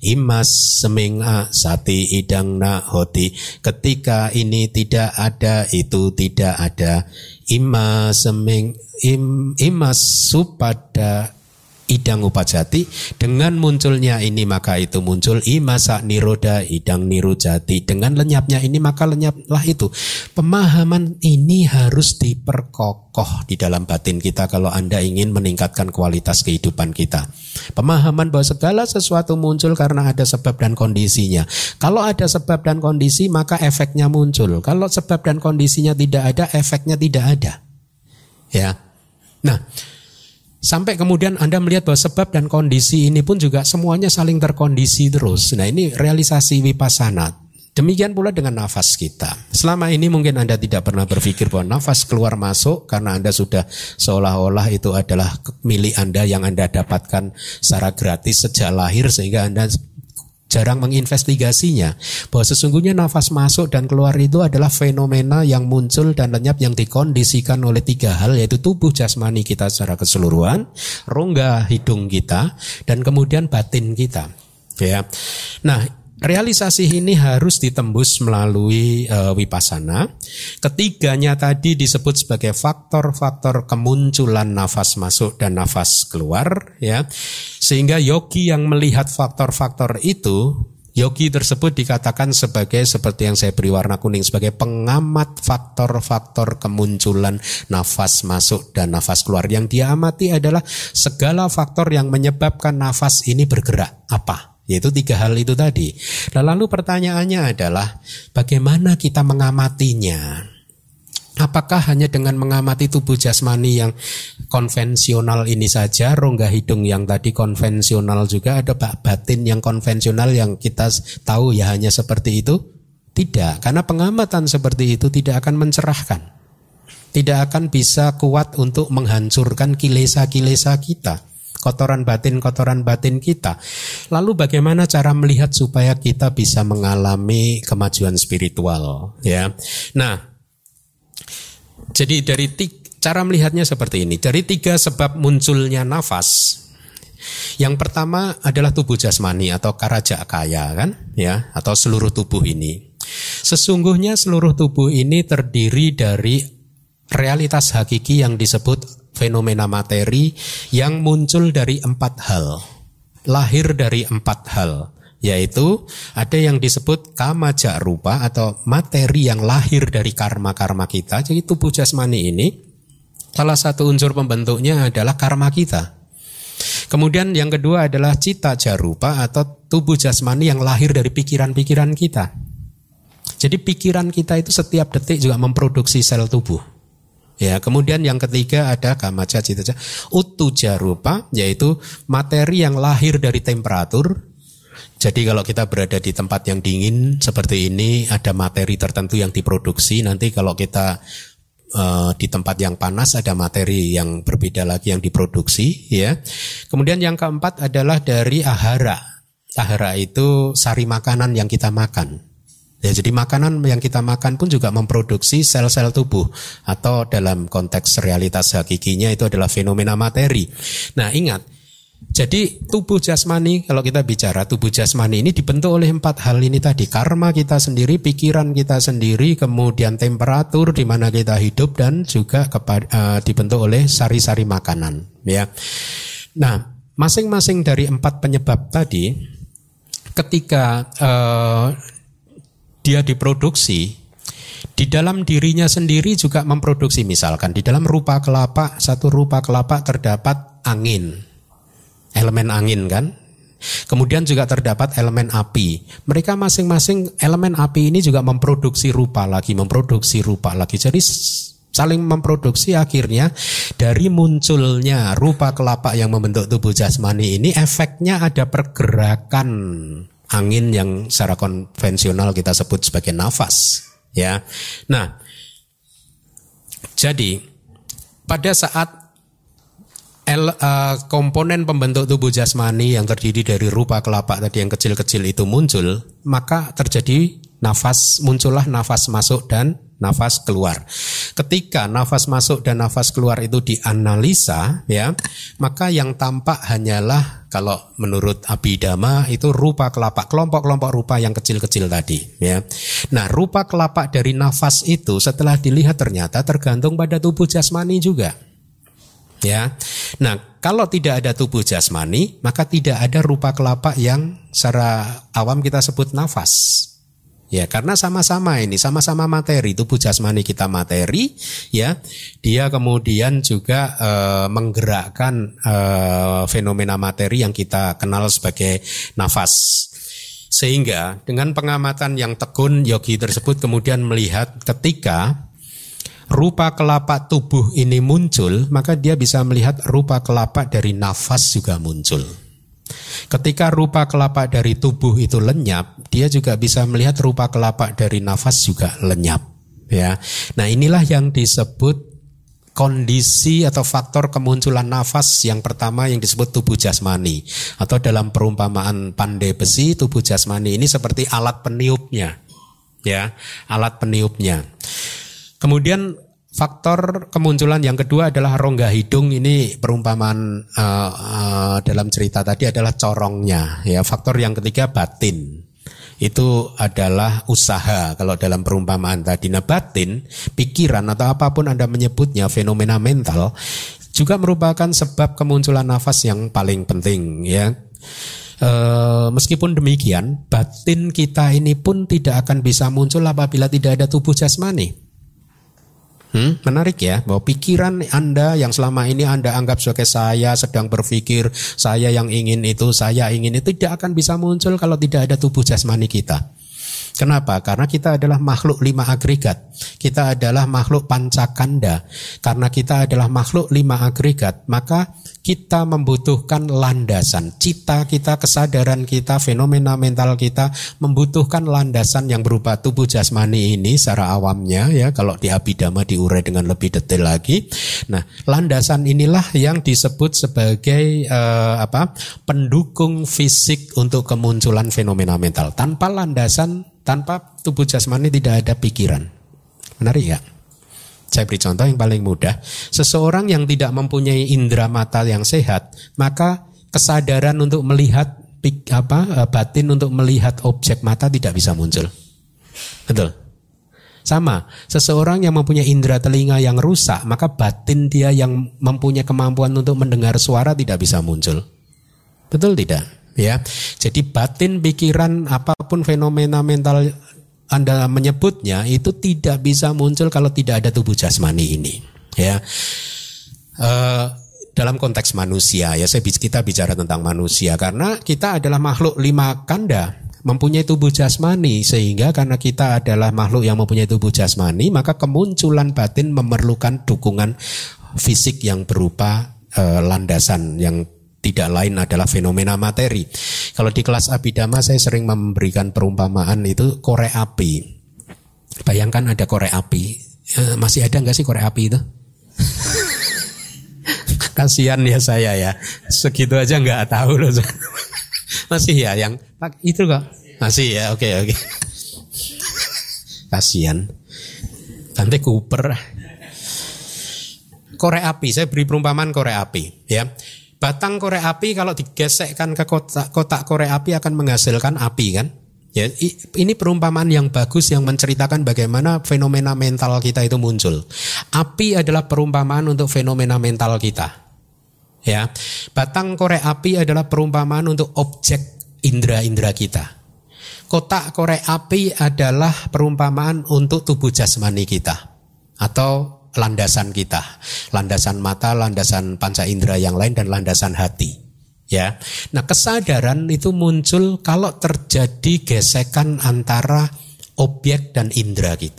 Imas seming a sati idang na hoti, ketika ini tidak ada itu tidak ada. Ima seming im, imas supada idang upajati, dengan munculnya ini maka itu muncul. Imasa niroda idang nirujati, dengan lenyapnya ini maka lenyaplah itu. Pemahaman ini harus diperkokoh di dalam batin kita kalau Anda ingin meningkatkan kualitas kehidupan kita. Pemahaman bahwa segala sesuatu muncul karena ada sebab dan kondisinya. Kalau ada sebab dan kondisi maka efeknya muncul. Kalau sebab dan kondisinya tidak ada, efeknya tidak ada. Ya. Nah, sampai kemudian Anda melihat bahwa sebab dan kondisi ini pun juga semuanya saling terkondisi terus. Nah, ini realisasi vipassana. Demikian pula dengan nafas kita. Selama ini mungkin Anda tidak pernah berpikir bahwa nafas keluar masuk karena Anda sudah seolah-olah itu adalah milik Anda yang Anda dapatkan secara gratis sejak lahir, sehingga Anda jarang menginvestigasinya. Bahwa sesungguhnya nafas masuk dan keluar itu adalah fenomena yang muncul dan lenyap yang dikondisikan oleh tiga hal, yaitu tubuh jasmani kita secara keseluruhan, rongga hidung kita, dan kemudian batin kita. Ya. Nah, realisasi ini harus ditembus melalui uh, vipassana. Ketiganya tadi disebut sebagai faktor-faktor kemunculan nafas masuk dan nafas keluar, ya. Sehingga yogi yang melihat faktor-faktor itu, yogi tersebut dikatakan sebagai, seperti yang saya beri warna kuning, sebagai pengamat faktor-faktor kemunculan nafas masuk dan nafas keluar. Yang dia amati adalah segala faktor yang menyebabkan nafas ini bergerak. Apa? Yaitu tiga hal itu tadi. Nah, lalu pertanyaannya adalah bagaimana kita mengamatinya? Apakah hanya dengan mengamati tubuh jasmani yang konvensional ini saja, rongga hidung yang tadi konvensional juga, ada batin yang konvensional yang kita tahu ya hanya seperti itu? Tidak, karena pengamatan seperti itu tidak akan mencerahkan. Tidak akan bisa kuat untuk menghancurkan kilesa-kilesa kita, kotoran batin-kotoran batin kita. Lalu bagaimana cara melihat supaya kita bisa mengalami kemajuan spiritual, ya? Nah, jadi dari tiga, cara melihatnya seperti ini. Dari tiga sebab munculnya nafas. Yang pertama adalah tubuh jasmani atau karaja kaya, kan, ya, atau seluruh tubuh ini. Sesungguhnya seluruh tubuh ini terdiri dari realitas hakiki yang disebut fenomena materi yang muncul dari empat hal, lahir dari empat hal, yaitu ada yang disebut kamaja rupa atau materi yang lahir dari karma-karma kita. Jadi tubuh jasmani ini salah satu unsur pembentuknya adalah karma kita. Kemudian yang kedua adalah cita jarupa atau tubuh jasmani yang lahir dari pikiran-pikiran kita. Jadi pikiran kita itu setiap detik juga memproduksi sel tubuh. Ya, kemudian yang ketiga ada kamaja cita utuja rupa, yaitu materi yang lahir dari temperatur. Jadi kalau kita berada di tempat yang dingin seperti ini, ada materi tertentu yang diproduksi. Nanti kalau kita uh, di tempat yang panas, ada materi yang berbeda lagi yang diproduksi, ya. Kemudian yang keempat adalah dari ahara. Ahara itu sari makanan yang kita makan. Ya, jadi makanan yang kita makan pun juga memproduksi sel-sel tubuh, atau dalam konteks realitas hakikinya itu adalah fenomena materi. Nah, ingat, jadi tubuh jasmani, kalau kita bicara tubuh jasmani ini dibentuk oleh empat hal ini tadi. Karma kita sendiri, pikiran kita sendiri, kemudian temperatur di mana kita hidup, dan juga kepada, uh, dibentuk oleh sari-sari makanan, ya. Nah, masing-masing dari empat penyebab tadi, ketika uh, dia diproduksi, Di dalam dirinya sendiri juga memproduksi, misalkan di dalam rupa kelapa, satu rupa kelapa terdapat angin, elemen angin kan. Kemudian juga terdapat elemen api. Mereka masing-masing elemen api ini juga memproduksi rupa lagi, memproduksi rupa lagi. Jadi saling memproduksi, akhirnya dari munculnya rupa kelapa yang membentuk tubuh jasmani ini efeknya ada pergerakan angin yang secara konvensional kita sebut sebagai nafas, ya. Nah, jadi pada saat el, uh, komponen pembentuk tubuh jasmani yang terdiri dari rupa kelapa tadi yang kecil-kecil itu muncul, maka terjadi nafas, muncullah nafas masuk dan nafas keluar. Ketika nafas masuk dan nafas keluar itu dianalisa, ya, maka yang tampak hanyalah, kalau menurut Abhidhamma itu rupa kelapa, kelompok-kelompok rupa yang kecil-kecil tadi, ya. Nah, rupa kelapa dari nafas itu setelah dilihat ternyata tergantung pada tubuh jasmani juga, ya. Nah, kalau tidak ada tubuh jasmani, maka tidak ada rupa kelapa yang secara awam kita sebut nafas. Ya, karena sama-sama ini, sama-sama materi, tubuh jasmani kita materi, ya. Dia kemudian juga e, menggerakkan e, fenomena materi yang kita kenal sebagai nafas. Sehingga dengan pengamatan yang tekun, yogi tersebut kemudian melihat ketika rupa kelapa tubuh ini muncul, maka dia bisa melihat rupa kelapa dari nafas juga muncul. Ketika rupa kelapa dari tubuh itu lenyap, dia juga bisa melihat rupa kelapa dari nafas juga lenyap, ya. Nah, inilah yang disebut kondisi atau faktor kemunculan nafas yang pertama yang disebut tubuh jasmani, atau dalam perumpamaan pandai besi, tubuh jasmani ini seperti alat peniupnya, ya, alat peniupnya. Kemudian faktor kemunculan yang kedua adalah rongga hidung. Ini perumpamaan uh, uh, dalam cerita tadi adalah corongnya, ya. Faktor yang ketiga batin. Itu adalah usaha kalau dalam perumpamaan tadi. Nah, batin, pikiran atau apapun Anda menyebutnya, fenomena mental juga merupakan sebab kemunculan nafas yang paling penting, ya. E, meskipun demikian, batin kita ini pun tidak akan bisa muncul apabila tidak ada tubuh jasmani. Hmm, menarik ya, bahwa pikiran Anda yang selama ini Anda anggap sebagai saya sedang berpikir, saya yang ingin itu, saya ingin itu, tidak akan bisa muncul kalau tidak ada tubuh jasmani kita. Kenapa? Karena kita adalah makhluk lima agregat. Kita adalah makhluk pancakanda. Karena kita adalah makhluk lima agregat, maka kita membutuhkan landasan. Cita kita, kesadaran kita, fenomena mental kita membutuhkan landasan yang berupa tubuh jasmani ini secara awamnya, ya. Kalau di Abhidhamma diurai dengan lebih detail lagi. Nah, landasan inilah yang disebut sebagai eh, apa? pendukung fisik untuk kemunculan fenomena mental. Tanpa landasan, tanpa tubuh jasmani tidak ada pikiran. Menarik ya? Saya beri contoh yang paling mudah. Seseorang yang tidak mempunyai indera mata yang sehat, maka kesadaran untuk melihat apa batin untuk melihat objek mata tidak bisa muncul. Betul? Sama, seseorang yang mempunyai indera telinga yang rusak, maka batin dia yang mempunyai kemampuan untuk mendengar suara tidak bisa muncul. Betul tidak? Ya. Jadi batin, pikiran, apapun fenomena mental Anda menyebutnya itu tidak bisa muncul kalau tidak ada tubuh jasmani ini, ya. E, dalam konteks manusia, ya, saya kita bicara tentang manusia karena kita adalah makhluk lima kanda, mempunyai tubuh jasmani, sehingga karena kita adalah makhluk yang mempunyai tubuh jasmani, maka kemunculan batin memerlukan dukungan fisik yang berupa e, landasan yang tidak lain adalah fenomena materi. Kalau di kelas Abhidhamma saya sering memberikan perumpamaan itu korek api. Bayangkan ada korek api. E, masih ada nggak sih korek api itu? Kasihan ya saya ya. Segitu aja nggak tahu loh. Masih ya yang itu kok? Masih ya. Oke oke. Kasihan. Nanti Cooper. Korek api. Saya beri perumpamaan korek api. Ya. Batang korek api kalau digesekkan ke kotak, kotak korek api akan menghasilkan api kan? Ya, ini perumpamaan yang bagus yang menceritakan bagaimana fenomena mental kita itu muncul. Api adalah perumpamaan untuk fenomena mental kita. Ya, batang korek api adalah perumpamaan untuk objek indera-indera kita. kotak korek api adalah perumpamaan untuk tubuh jasmani kita atau landasan kita, landasan mata, landasan panca indera yang lain, dan landasan hati. Ya, nah kesadaran itu muncul kalau terjadi gesekan antara objek dan indera kita.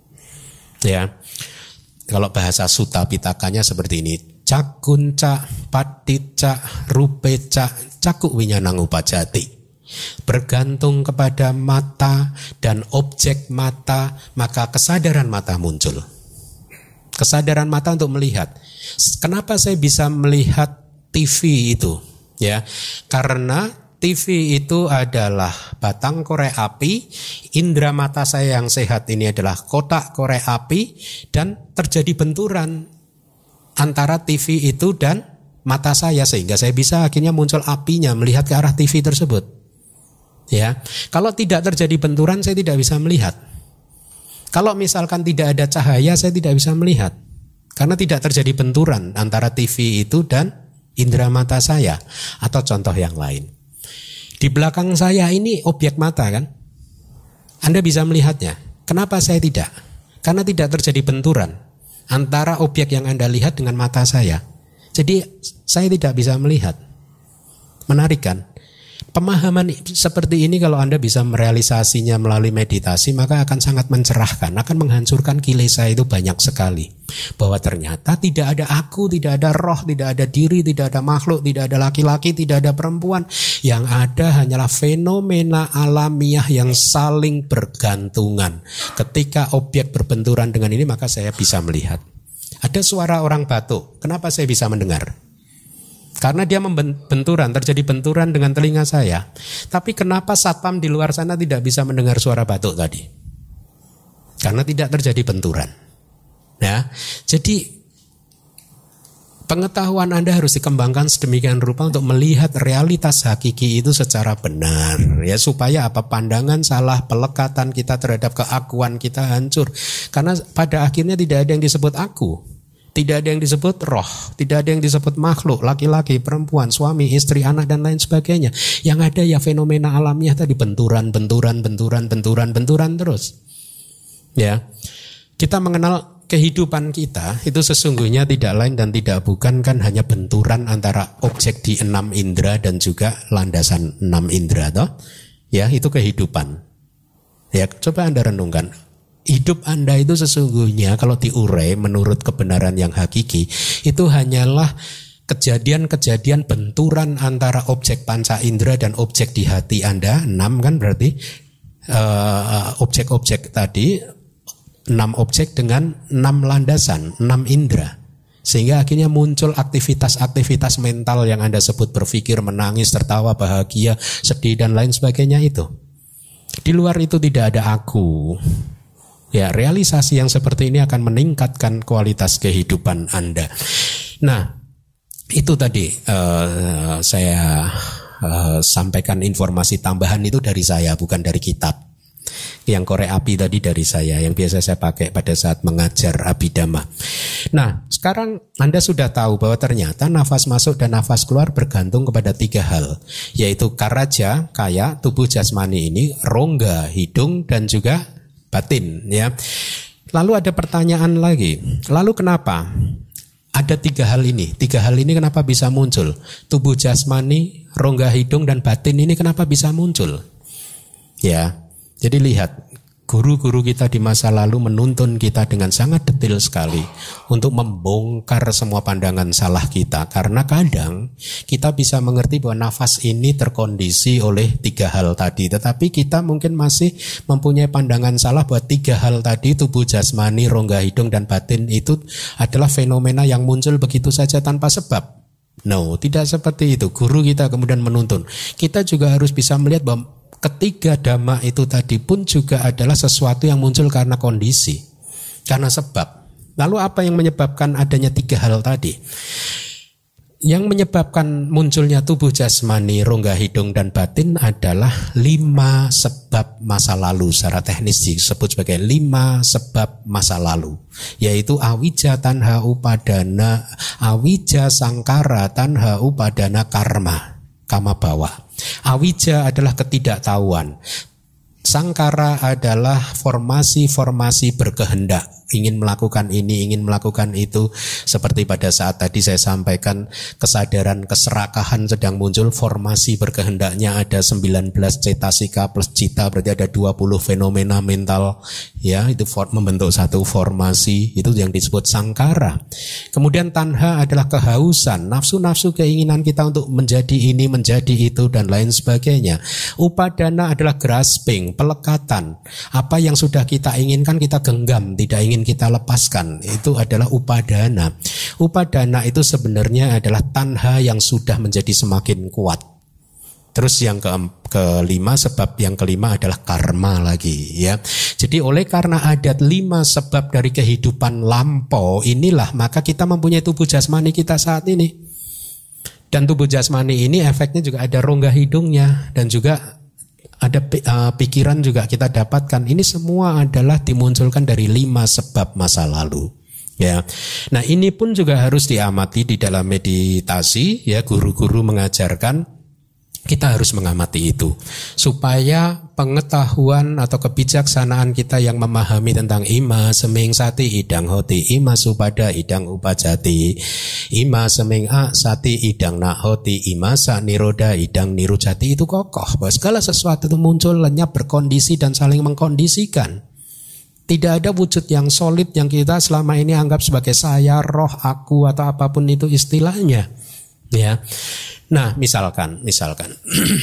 Ya, kalau bahasa Sutta Pitakanya seperti ini: cakunca, paticca, rupeca, cakuk winyanang upajati. Bergantung kepada mata dan objek mata, maka kesadaran mata muncul. Kesadaran mata untuk melihat. Kenapa saya bisa melihat T V itu? Ya, karena T V itu adalah batang korek api, indera mata saya yang sehat ini adalah kotak korek api, dan terjadi benturan antara T V itu dan mata saya sehingga saya bisa akhirnya muncul apinya melihat ke arah T V tersebut. Ya, kalau tidak terjadi benturan saya tidak bisa melihat. Kalau misalkan tidak ada cahaya saya tidak bisa melihat karena tidak terjadi benturan antara T V itu dan indera mata saya. Atau contoh yang lain, di belakang saya ini objek mata kan, Anda bisa melihatnya. Kenapa saya tidak? Karena tidak terjadi benturan antara objek yang Anda lihat dengan mata saya. Jadi saya tidak bisa melihat. Menarik kan? Pemahaman seperti ini kalau Anda bisa merealisasinya melalui meditasi, maka akan sangat mencerahkan, akan menghancurkan kilesa itu banyak sekali. Bahwa ternyata tidak ada aku, tidak ada roh, tidak ada diri, tidak ada makhluk, tidak ada laki-laki, tidak ada perempuan. Yang ada hanyalah fenomena alamiah yang saling bergantungan. Ketika objek berbenturan dengan ini, maka saya bisa melihat. Ada suara orang batuk, kenapa saya bisa mendengar? Karena dia membenturan, terjadi benturan dengan telinga saya. Tapi kenapa satpam di luar sana tidak bisa mendengar suara batuk tadi? Karena tidak terjadi benturan. Ya, jadi pengetahuan Anda harus dikembangkan sedemikian rupa untuk melihat realitas hakiki itu secara benar. Ya, supaya apa? Pandangan salah, pelekatan kita terhadap keakuan kita hancur. Karena pada akhirnya tidak ada yang disebut aku. Tidak ada yang disebut roh, tidak ada yang disebut makhluk, laki-laki, perempuan, suami, istri, anak, dan lain sebagainya. Yang ada ya fenomena alamiah tadi, benturan, benturan, benturan, benturan, benturan terus. Ya, kita mengenal kehidupan kita itu sesungguhnya tidak lain dan tidak bukan kan hanya benturan antara objek di enam indera dan juga landasan enam indera, toh? Ya, itu kehidupan. Ya, coba Anda renungkan. Hidup Anda itu sesungguhnya kalau diurai menurut kebenaran yang hakiki, itu hanyalah kejadian-kejadian benturan antara objek panca indera dan objek di hati Anda. Enam kan berarti uh, objek-objek tadi, enam objek dengan enam landasan, enam indera. Sehingga akhirnya muncul aktivitas-aktivitas mental yang Anda sebut berpikir, menangis, tertawa, bahagia, sedih, dan lain sebagainya itu. Di luar itu tidak ada aku. Ya, realisasi yang seperti ini akan meningkatkan kualitas kehidupan Anda. Nah, itu tadi uh, saya uh, sampaikan informasi tambahan itu dari saya, bukan dari kitab. Yang korek api tadi dari saya, yang biasa saya pakai pada saat mengajar Abhidhamma. Nah, sekarang Anda sudah tahu bahwa ternyata nafas masuk dan nafas keluar bergantung kepada tiga hal, yaitu karaja, kaya, tubuh jasmani ini, rongga, hidung, dan juga batin, ya. Lalu ada pertanyaan lagi. Lalu kenapa ada tiga hal ini? Tiga hal ini kenapa bisa muncul? Tubuh jasmani, rongga hidung, dan batin ini kenapa bisa muncul? Ya. Jadi lihat, guru-guru kita di masa lalu menuntun kita dengan sangat detail sekali untuk membongkar semua pandangan salah kita. Karena kadang kita bisa mengerti bahwa nafas ini terkondisi oleh tiga hal tadi, tetapi kita mungkin masih mempunyai pandangan salah bahwa tiga hal tadi, tubuh jasmani, rongga hidung, dan batin itu adalah fenomena yang muncul begitu saja tanpa sebab. No, tidak seperti itu. Guru kita kemudian menuntun kita juga harus bisa melihat bahwa ketiga dhamma itu tadi pun juga adalah sesuatu yang muncul karena kondisi, karena sebab. Lalu apa yang menyebabkan adanya tiga hal tadi? Yang menyebabkan munculnya tubuh jasmani, rongga hidung, dan batin adalah lima sebab masa lalu. Secara teknis disebut sebagai lima sebab masa lalu, yaitu awija tanha upadana, awija sangkara tanha upadana karma, kama bawa. Awija adalah ketidaktahuan. Sangkara adalah formasi-formasi berkehendak, ingin melakukan ini, ingin melakukan itu. Seperti pada saat tadi saya sampaikan, kesadaran keserakahan sedang muncul, formasi berkehendaknya ada sembilan belas cetasika plus cita, berarti ada dua puluh fenomena mental, ya, itu for, membentuk satu formasi, itu yang disebut sangkara. Kemudian tanha adalah kehausan, nafsu-nafsu keinginan kita untuk menjadi ini, menjadi itu, dan lain sebagainya. Upadana adalah grasping, pelekatan. Apa yang sudah kita inginkan kita genggam, tidak ingin kita lepaskan, itu adalah upadana. Upadana itu sebenarnya adalah tanha yang sudah menjadi semakin kuat. Terus yang ke kelima, sebab yang kelima adalah karma lagi, ya. Jadi oleh karena ada lima sebab dari kehidupan lampau inilah, maka kita mempunyai tubuh jasmani kita saat ini. Dan tubuh jasmani ini efeknya juga ada rongga hidungnya, dan juga ada uh, pikiran juga kita dapatkan. Ini semua adalah dimunculkan dari lima sebab masa lalu, ya. Nah, ini pun juga harus diamati di dalam meditasi, ya. Guru-guru mengajarkan kita harus mengamati itu supaya pengetahuan atau kebijaksanaan kita yang memahami tentang ima seming sati idang hoti, ima supada idang upajati, ima seming a sati idang na hoti, ima sa niroda idang nirujati, itu kokoh bahwa segala sesuatu itu muncul, lenyap, berkondisi dan saling mengkondisikan. Tidak ada wujud yang solid yang kita selama ini anggap sebagai saya, roh, aku, atau apapun itu istilahnya, ya. Nah, misalkan, misalkan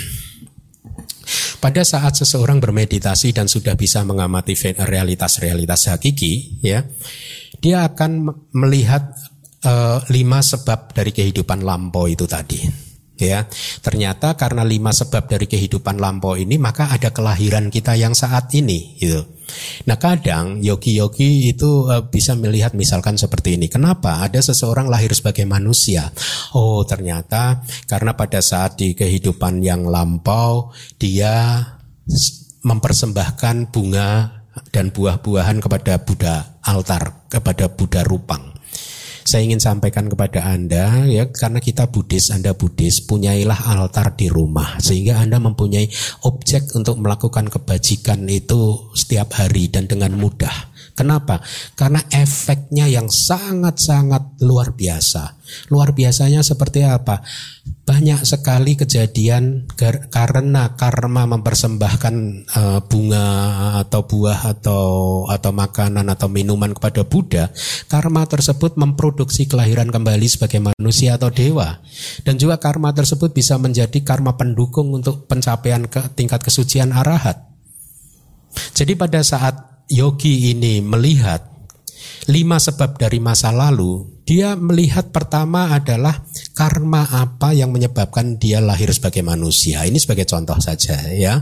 pada saat seseorang bermeditasi dan sudah bisa mengamati realitas-realitas hakiki, ya, dia akan melihat uh, lima sebab dari kehidupan lampau itu tadi, ya. Ternyata karena lima sebab dari kehidupan lampau ini, maka ada kelahiran kita yang saat ini, gitu. Nah, kadang yogi-yogi itu uh, bisa melihat misalkan seperti ini. Kenapa ada seseorang lahir sebagai manusia? Oh, ternyata karena pada saat di kehidupan yang lampau dia mempersembahkan bunga dan buah-buahan kepada Buddha altar, kepada Buddha Rupang. Saya ingin sampaikan kepada Anda, ya, karena kita Buddhis, Anda Buddhis, punyailah altar di rumah sehingga Anda mempunyai objek untuk melakukan kebajikan itu setiap hari dan dengan mudah. Kenapa? Karena efeknya yang sangat-sangat luar biasa. Luar biasanya seperti apa? Banyak sekali kejadian karena karma mempersembahkan uh, bunga atau buah atau atau makanan atau minuman kepada Buddha. Karma tersebut memproduksi kelahiran kembali sebagai manusia atau dewa. Dan juga karma tersebut bisa menjadi karma pendukung untuk pencapaian ke tingkat kesucian arahat. Jadi pada saat yogi ini melihat lima sebab dari masa lalu, dia melihat pertama adalah karma apa yang menyebabkan dia lahir sebagai manusia. Ini sebagai contoh saja, ya.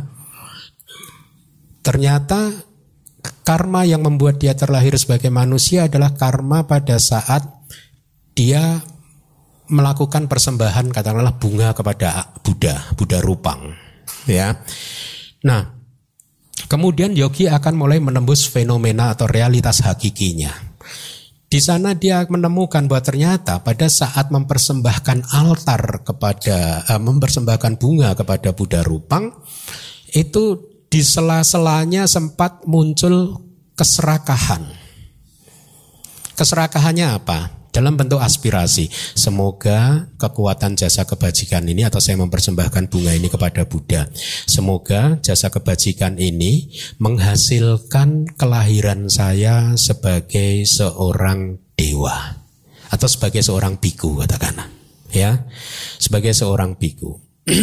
Ternyata karma yang membuat dia terlahir sebagai manusia adalah karma pada saat dia melakukan persembahan katakanlah bunga kepada Buddha, Buddha Rupang, ya. Nah, kemudian yogi akan mulai menembus fenomena atau realitas hakikinya. Di sana dia menemukan bahwa ternyata pada saat mempersembahkan altar kepada, uh, mempersembahkan bunga kepada Buddha Rupang, itu di sela-selanya sempat muncul keserakahan. Keserakahannya apa? Dalam bentuk aspirasi, semoga kekuatan jasa kebajikan ini, atau saya mempersembahkan bunga ini kepada Buddha, semoga jasa kebajikan ini menghasilkan kelahiran saya sebagai seorang dewa atau sebagai seorang biku, katakanlah, ya, sebagai seorang biku.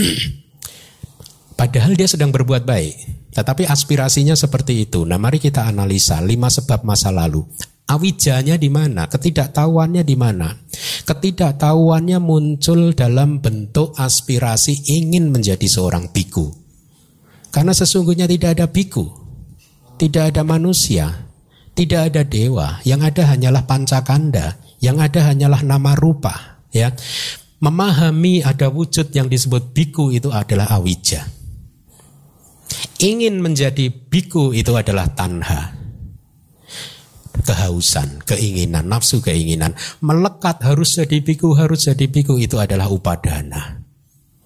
Padahal dia sedang berbuat baik, tetapi aspirasinya seperti itu. Nah, mari kita analisa lima sebab masa lalu. Awijanya di mana? Ketidaktahuannya di mana? Ketidaktahuannya muncul dalam bentuk aspirasi ingin menjadi seorang biku. Karena sesungguhnya tidak ada biku, tidak ada manusia, tidak ada dewa. Yang ada hanyalah pancakanda, yang ada hanyalah nama rupa, ya. Memahami ada wujud yang disebut biku itu adalah awija. Ingin menjadi biku itu adalah tanha. Kehausan, keinginan, nafsu keinginan, melekat harus jadi biku, harus jadi biku, itu adalah upadana.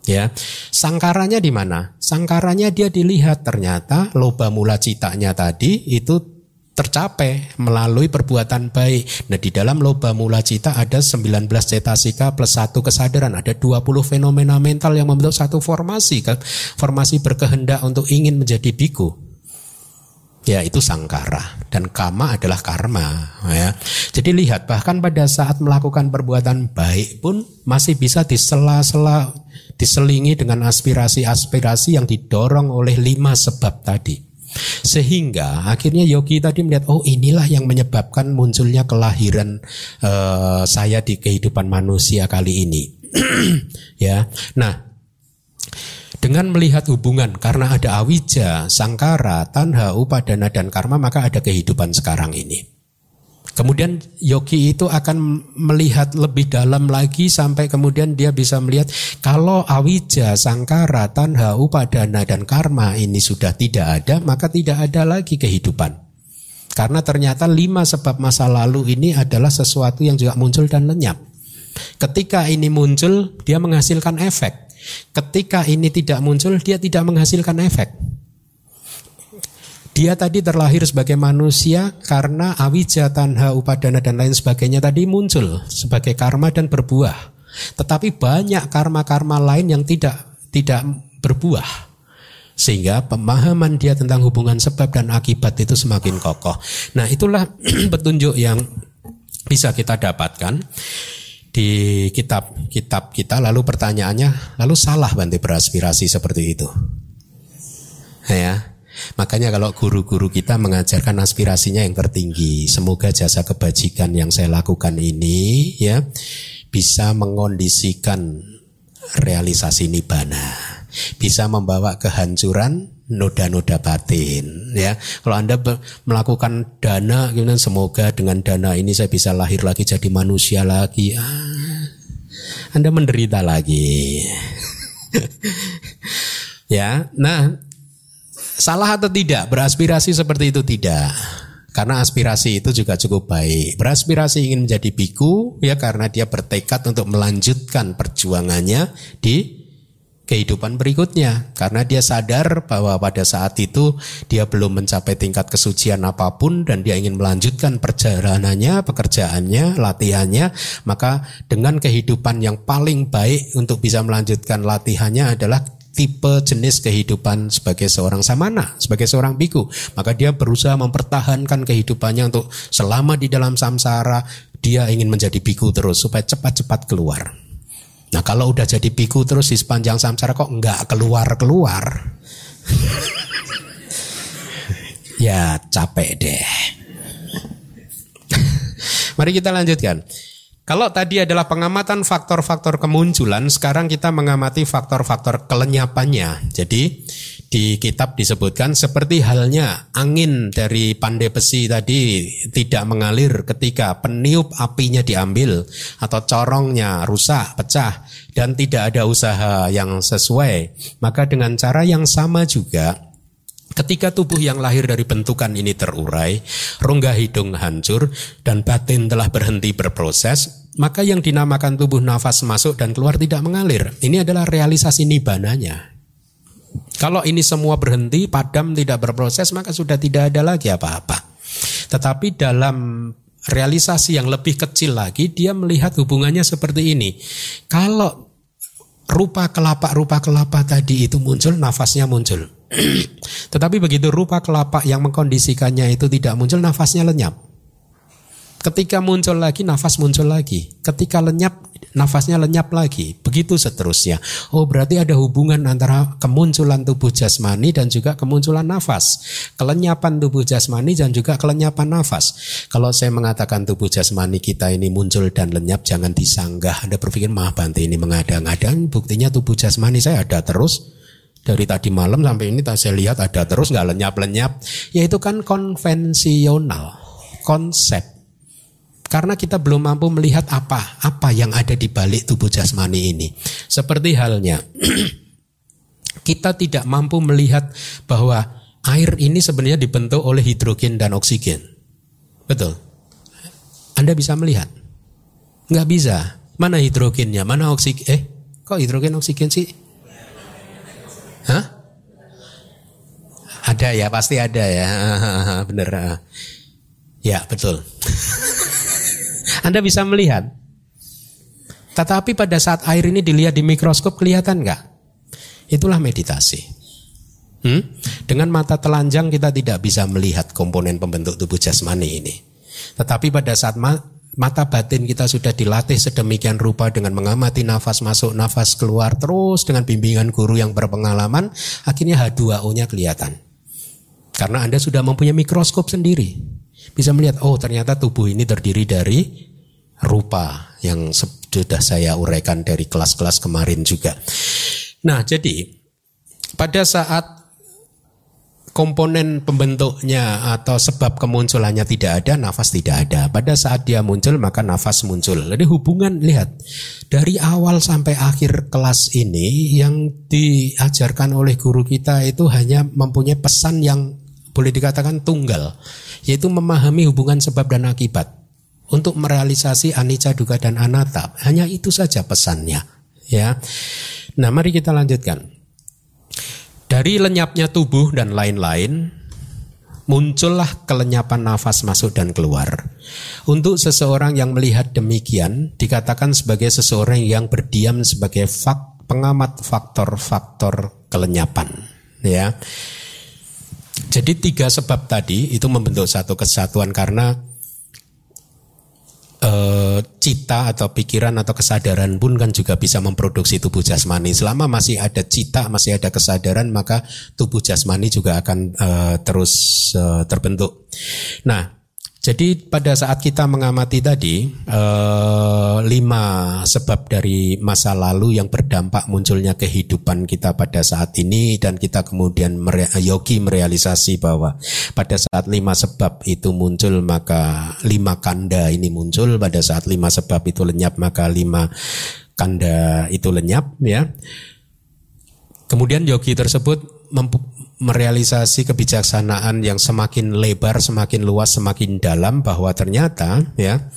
Ya, sangkaranya di mana? Sangkaranya dia dilihat ternyata loba mula citanya tadi itu tercapai melalui perbuatan baik. Nah, di dalam loba mula cita ada sembilan belas cetasika plus satu kesadaran, ada dua puluh fenomena mental yang membentuk satu formasi, formasi berkehendak untuk ingin menjadi biku. Ya, itu sangkara, dan kama adalah karma, ya. Jadi lihat, bahkan pada saat melakukan perbuatan baik pun masih bisa disela-sela, diselingi dengan aspirasi-aspirasi yang didorong oleh lima sebab tadi. Sehingga akhirnya yogi tadi melihat, oh inilah yang menyebabkan munculnya kelahiran uh, saya di kehidupan manusia kali ini. Ya, nah, dengan melihat hubungan karena ada awija, sangkara, tanha, upadana dan karma, maka ada kehidupan sekarang ini. Kemudian yogi itu akan melihat lebih dalam lagi sampai kemudian dia bisa melihat kalau awija, sangkara, tanha, upadana dan karma ini sudah tidak ada, maka tidak ada lagi kehidupan. Karena ternyata lima sebab masa lalu ini adalah sesuatu yang juga muncul dan lenyap. Ketika ini muncul, dia menghasilkan efek. Ketika ini tidak muncul, dia tidak menghasilkan efek. Dia tadi terlahir sebagai manusia karena awija, tanha, upadana dan lain sebagainya tadi muncul sebagai karma dan berbuah. Tetapi banyak karma-karma lain yang tidak tidak berbuah. Sehingga pemahaman dia tentang hubungan sebab dan akibat itu semakin kokoh. Nah, itulah petunjuk yang bisa kita dapatkan di kitab-kitab kita. Lalu pertanyaannya, lalu salah Bante beraspirasi seperti itu? Ya. Makanya kalau guru-guru kita mengajarkan aspirasinya yang tertinggi, semoga jasa kebajikan yang saya lakukan ini ya bisa mengondisikan realisasi nibbana, bisa membawa kehancuran noda-noda batin ya. Kalau Anda melakukan dana, kemudian semoga dengan dana ini saya bisa lahir lagi jadi manusia lagi, ah, Anda menderita lagi. Ya, nah, salah atau tidak beraspirasi seperti itu? Tidak, karena aspirasi itu juga cukup baik. Beraspirasi ingin menjadi biku ya karena dia bertekad untuk melanjutkan perjuangannya di kehidupan berikutnya, karena dia sadar bahwa pada saat itu dia belum mencapai tingkat kesucian apapun dan dia ingin melanjutkan perjalanannya, pekerjaannya, latihannya. Maka dengan kehidupan yang paling baik untuk bisa melanjutkan latihannya adalah tipe jenis kehidupan sebagai seorang samana, sebagai seorang biku. Maka dia berusaha mempertahankan kehidupannya untuk selama di dalam samsara. Dia ingin menjadi biku terus supaya cepat-cepat keluar. Nah, kalau udah jadi biku terus di sepanjang samsara kok enggak keluar-keluar, ya capek deh. Mari kita lanjutkan. Kalau tadi adalah pengamatan faktor-faktor kemunculan, sekarang kita mengamati faktor-faktor kelenyapannya. Jadi di kitab disebutkan seperti halnya angin dari pandai besi tadi tidak mengalir ketika peniup apinya diambil atau corongnya rusak, pecah dan tidak ada usaha yang sesuai. Maka dengan cara yang sama juga, ketika tubuh yang lahir dari bentukan ini terurai, rongga hidung hancur, dan batin telah berhenti berproses, maka yang dinamakan tubuh nafas masuk dan keluar tidak mengalir. Ini adalah realisasi nibbananya. Kalau ini semua berhenti, padam, tidak berproses, maka sudah tidak ada lagi apa-apa. Tetapi dalam realisasi yang lebih kecil lagi, dia melihat hubungannya seperti ini. Kalau rupa kelapa-rupa kelapa tadi itu muncul, nafasnya muncul. Tetapi begitu rupa kelapa yang mengkondisikannya itu tidak muncul, nafasnya lenyap. Ketika muncul lagi, nafas muncul lagi. Ketika lenyap, nafasnya lenyap lagi. Begitu seterusnya. Oh, berarti ada hubungan antara kemunculan tubuh jasmani dan juga kemunculan nafas. Kelenyapan tubuh jasmani dan juga kelenyapan nafas. Kalau saya mengatakan tubuh jasmani kita ini muncul dan lenyap, jangan disanggah. Anda berpikir, maaf Bante ini mengada-ngada. Buktinya tubuh jasmani saya ada terus. Dari tadi malam sampai ini saya lihat ada terus, gak lenyap-lenyap. Ya itu kan konvensional, konsep. Karena kita belum mampu melihat apa apa yang ada di balik tubuh jasmani ini. Seperti halnya kita tidak mampu melihat bahwa air ini sebenarnya dibentuk oleh hidrogen dan oksigen. Betul? Anda bisa melihat? Nggak bisa. Mana hidrogennya? Mana oksigen? Eh, kok hidrogen oksigen sih? Ada ya, pasti ada ya. Benar. Ya, betul. Anda bisa melihat. Tetapi pada saat air ini dilihat di mikroskop kelihatan nggak? Itulah meditasi. Hmm? Dengan mata telanjang kita tidak bisa melihat komponen pembentuk tubuh jasmani ini. Tetapi pada saat ma- mata batin kita sudah dilatih sedemikian rupa dengan mengamati nafas masuk, nafas keluar, terus dengan bimbingan guru yang berpengalaman, akhirnya H dua O-nya kelihatan. Karena Anda sudah mempunyai mikroskop sendiri. Bisa melihat, oh ternyata tubuh ini terdiri dari rupa yang sudah saya uraikan dari kelas-kelas kemarin juga. Nah, jadi pada saat komponen pembentuknya atau sebab kemunculannya tidak ada, nafas tidak ada. Pada saat dia muncul, maka nafas muncul. Jadi hubungan, lihat, dari awal sampai akhir kelas ini yang diajarkan oleh guru kita itu hanya mempunyai pesan yang boleh dikatakan tunggal, yaitu memahami hubungan sebab dan akibat. Untuk merealisasi anicca, dukkha dan anatta, hanya itu saja pesannya, ya. Nah, mari kita lanjutkan. Dari lenyapnya tubuh dan lain-lain, muncullah kelenyapan nafas masuk dan keluar. Untuk seseorang yang melihat demikian, dikatakan sebagai seseorang yang berdiam sebagai fak, pengamat faktor-faktor kelenyapan, ya. Jadi tiga sebab tadi itu membentuk satu kesatuan karena E, cita atau pikiran atau kesadaran pun kan juga bisa memproduksi tubuh jasmani. Selama masih ada cita, masih ada kesadaran, maka tubuh jasmani juga akan e, terus e, terbentuk. Nah, jadi pada saat kita mengamati tadi e, lima sebab dari masa lalu yang berdampak munculnya kehidupan kita pada saat ini, dan kita kemudian mere, yogi merealisasi bahwa pada saat lima sebab itu muncul maka lima kanda ini muncul, pada saat lima sebab itu lenyap maka lima kanda itu lenyap, ya. Kemudian yogi tersebut mempu- merealisasi kebijaksanaan yang semakin lebar, semakin luas, semakin dalam, bahwa ternyata, ya,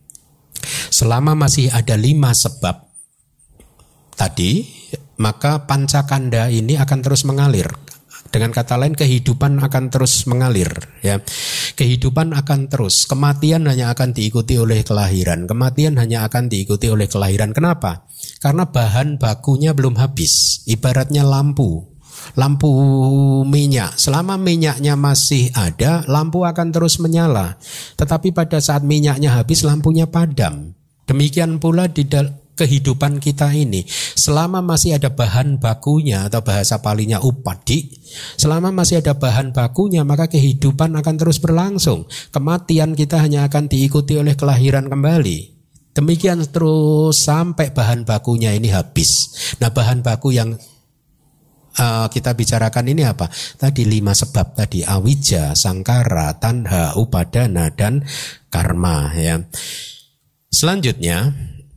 selama masih ada lima sebab tadi, maka pancakanda ini akan terus mengalir. Dengan kata lain, kehidupan akan terus mengalir, ya. Kehidupan akan terus, kematian hanya akan diikuti oleh kelahiran, kematian hanya akan diikuti oleh kelahiran. Kenapa? Karena bahan bakunya belum habis. Ibaratnya lampu. Lampu minyak, selama minyaknya masih ada, lampu akan terus menyala. Tetapi pada saat minyaknya habis, lampunya padam. Demikian pula di dalam kehidupan kita ini, selama masih ada bahan bakunya atau bahasa palinya upadi, selama masih ada bahan bakunya, maka kehidupan akan terus berlangsung. Kematian kita hanya akan diikuti oleh kelahiran kembali. Demikian terus sampai bahan bakunya ini habis. Nah, bahan baku yang uh, kita bicarakan ini apa? Tadi lima sebab tadi, awija, sangkara, tanha, upadana, dan karma, ya. Selanjutnya,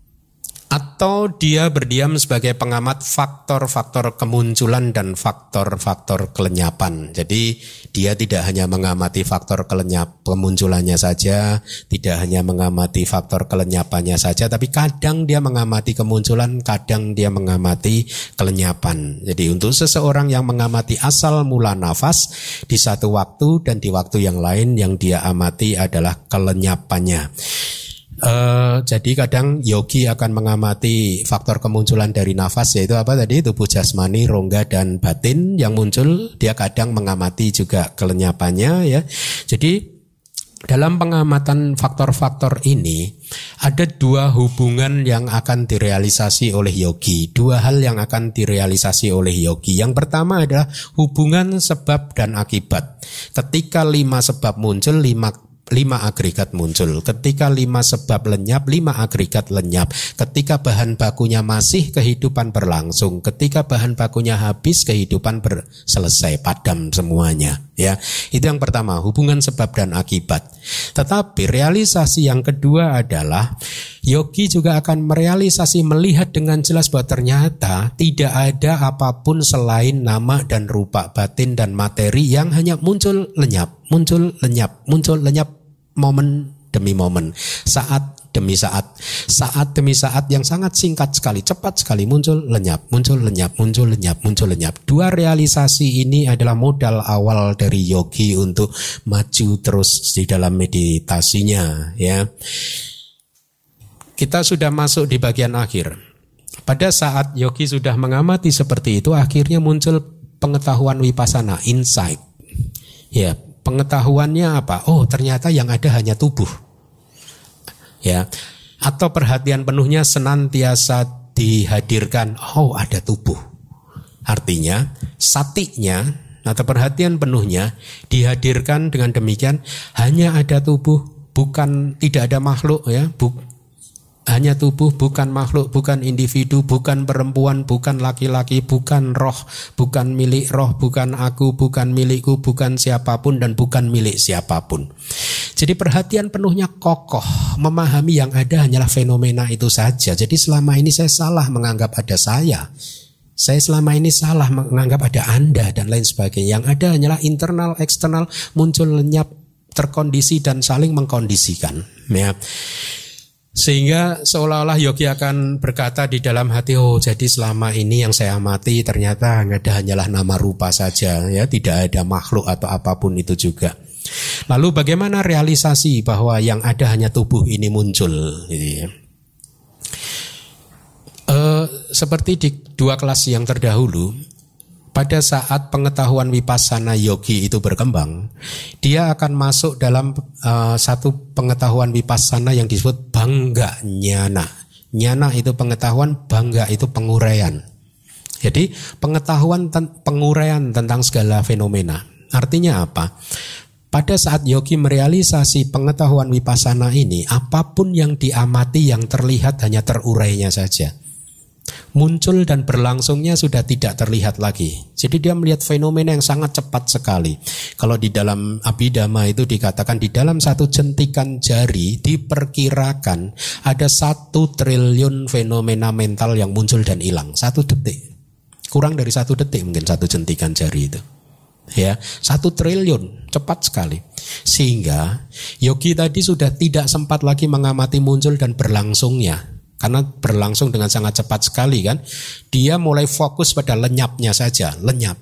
atau dia berdiam sebagai pengamat faktor-faktor kemunculan dan faktor-faktor kelenyapan. Jadi dia tidak hanya mengamati faktor kelenyap kemunculannya saja, tidak hanya mengamati faktor kelenyapannya saja, tapi kadang dia mengamati kemunculan, kadang dia mengamati kelenyapan. Jadi untuk seseorang yang mengamati asal mula nafas di satu waktu dan di waktu yang lain, yang dia amati adalah kelenyapannya. Uh, jadi kadang yogi akan mengamati faktor kemunculan dari nafas, yaitu apa tadi, tubuh jasmani, rongga dan batin yang muncul. Dia kadang mengamati juga kelenyapannya, ya. Jadi dalam pengamatan faktor-faktor ini ada dua hubungan yang akan direalisasi oleh yogi, dua hal yang akan direalisasi oleh yogi. Yang pertama adalah hubungan sebab dan akibat. Ketika lima sebab muncul, lima Lima agregat muncul. Ketika lima sebab lenyap, lima agregat lenyap. Ketika bahan bakunya masih, kehidupan berlangsung. Ketika bahan bakunya habis, kehidupan selesai, padam semuanya. Ya, itu yang pertama, hubungan sebab dan akibat. Tetapi realisasi yang kedua adalah yogi juga akan merealisasi, melihat dengan jelas bahwa ternyata tidak ada apapun selain nama dan rupa, batin dan materi yang hanya muncul lenyap, muncul lenyap, muncul lenyap, momen demi momen, saat demi saat. Saat demi saat yang sangat singkat sekali, cepat sekali, muncul lenyap, muncul lenyap, muncul lenyap, muncul lenyap. Dua realisasi ini adalah modal awal dari yogi untuk maju terus di dalam meditasinya, ya. Kita sudah masuk di bagian akhir. Pada saat yogi sudah mengamati seperti itu, akhirnya muncul pengetahuan vipassana, insight. Ya, pengetahuannya apa? Oh, ternyata yang ada hanya tubuh. Ya, atau perhatian penuhnya senantiasa dihadirkan, oh ada tubuh. Artinya, satinya atau perhatian penuhnya dihadirkan dengan demikian, hanya ada tubuh, bukan tidak ada makhluk, ya, bu, hanya tubuh, bukan makhluk, bukan individu, bukan perempuan, bukan laki-laki, bukan roh, bukan milik roh, bukan aku, bukan milikku, bukan siapapun dan bukan milik siapapun. Jadi perhatian penuhnya kokoh, memahami yang ada hanyalah fenomena itu saja. Jadi selama ini saya salah menganggap ada saya. Saya selama ini salah menganggap ada Anda dan lain sebagainya. Yang ada hanyalah internal, eksternal, muncul, lenyap, terkondisi dan saling mengkondisikan. Ya. Sehingga seolah-olah yogi akan berkata di dalam hati, oh jadi selama ini yang saya amati ternyata ada hanyalah nama rupa saja, ya, tidak ada makhluk atau apapun itu juga. Lalu bagaimana realisasi bahwa yang ada hanya tubuh ini muncul, gitu ya. E, seperti di dua kelas yang terdahulu, pada saat pengetahuan vipassana yogi itu berkembang, dia akan masuk dalam uh, satu pengetahuan vipassana yang disebut bangga nyana. Nyana itu pengetahuan, bangga itu penguraian. Jadi pengetahuan ten- penguraian tentang segala fenomena. Artinya apa? Pada saat yogi merealisasi pengetahuan vipassana ini, apapun yang diamati yang terlihat hanya terurainya saja. Muncul dan berlangsungnya sudah tidak terlihat lagi. Jadi dia melihat fenomena yang sangat cepat sekali. Kalau di dalam Abhidhamma itu dikatakan di dalam satu jentikan jari diperkirakan ada satu triliun fenomena mental yang muncul dan hilang. Satu detik, kurang dari satu detik mungkin satu jentikan jari itu. Ya, satu triliun, cepat sekali. Sehingga yogi tadi sudah tidak sempat lagi mengamati muncul dan berlangsungnya. Karena berlangsung dengan sangat cepat sekali kan. Dia mulai fokus pada lenyapnya saja, lenyap.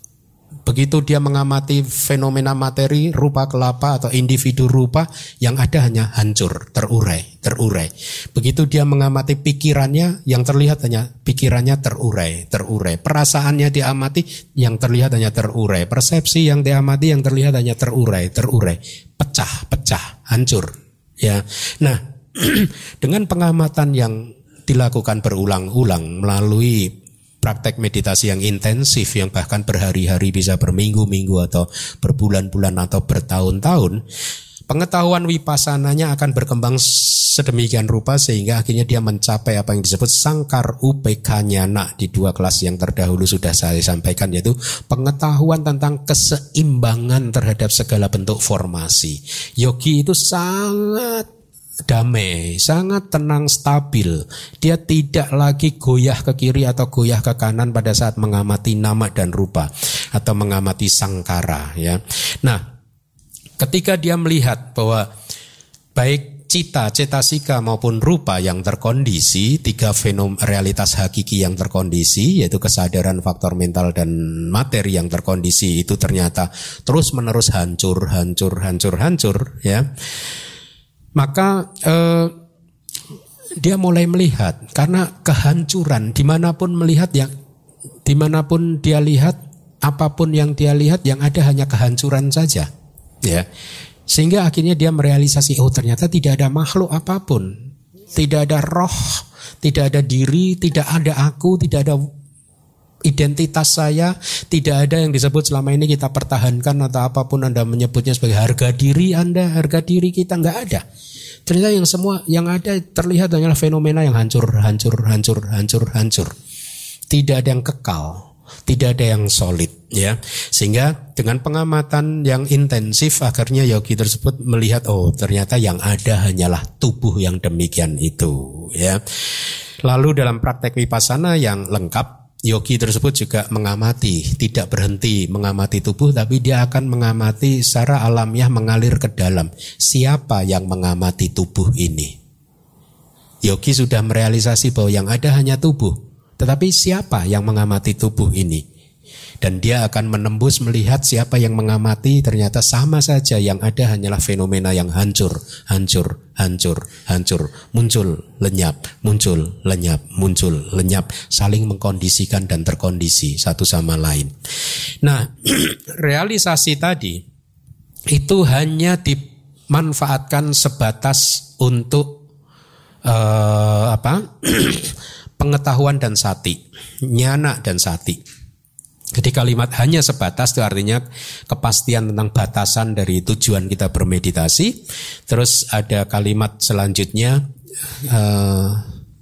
Begitu dia mengamati fenomena materi, rupa kelapa atau individu rupa, yang ada hanya hancur, terurai, terurai. Begitu dia mengamati pikirannya, yang terlihat hanya pikirannya terurai, terurai. Perasaannya diamati, yang terlihat hanya terurai. Persepsi yang diamati, yang terlihat hanya terurai, terurai. Pecah, pecah, hancur. Ya, nah. Dengan pengamatan yang dilakukan berulang-ulang melalui praktek meditasi yang intensif, yang bahkan berhari-hari bisa berminggu-minggu atau berbulan-bulan atau bertahun-tahun, pengetahuan vipassananya akan berkembang sedemikian rupa sehingga akhirnya dia mencapai apa yang disebut sangkar upekanyana. Di dua kelas yang terdahulu sudah saya sampaikan, yaitu pengetahuan tentang keseimbangan terhadap segala bentuk formasi. Yogi itu sangat damai, sangat tenang, stabil. Dia tidak lagi goyah ke kiri atau goyah ke kanan pada saat mengamati nama dan rupa atau mengamati sangkara, ya. Nah, ketika dia melihat bahwa baik cita, cetasika maupun rupa yang terkondisi, tiga fenomena realitas hakiki yang terkondisi, yaitu kesadaran, faktor mental dan materi yang terkondisi itu ternyata terus-menerus hancur, hancur, hancur, hancur, ya. Maka eh, dia mulai melihat, karena kehancuran dimanapun melihat yang dimanapun dia lihat, apapun yang dia lihat yang ada hanya kehancuran saja, ya. Sehingga akhirnya dia merealisasi, oh ternyata tidak ada makhluk apapun, tidak ada roh, tidak ada diri, tidak ada aku, tidak ada identitas saya, tidak ada yang disebut selama ini kita pertahankan atau apapun Anda menyebutnya sebagai harga diri Anda, harga diri kita, nggak ada. Ternyata yang semua yang ada terlihat hanyalah fenomena yang hancur, hancur, hancur, hancur, hancur. Tidak ada yang kekal, tidak ada yang solid, ya. Sehingga dengan pengamatan yang intensif akhirnya yogi tersebut melihat, oh ternyata yang ada hanyalah tubuh yang demikian itu, ya. Lalu dalam praktek vipassana yang lengkap, yogi tersebut juga mengamati, tidak berhenti mengamati tubuh, tapi dia akan mengamati secara alamiah mengalir ke dalam. Siapa yang mengamati tubuh ini? Yogi sudah merealisasi bahwa yang ada hanya tubuh. Tetapi siapa yang mengamati tubuh ini? Dan dia akan menembus melihat siapa yang mengamati, ternyata sama saja, yang ada hanyalah fenomena yang hancur, hancur, hancur, hancur, muncul, lenyap, muncul, lenyap, muncul, lenyap, saling mengkondisikan dan terkondisi satu sama lain. Nah, realisasi tadi itu hanya dimanfaatkan sebatas untuk uh, apa? pengetahuan dan sati, nyana dan sati. Jadi kalimat hanya sebatas itu artinya kepastian tentang batasan dari tujuan kita bermeditasi. Terus ada kalimat selanjutnya, uh,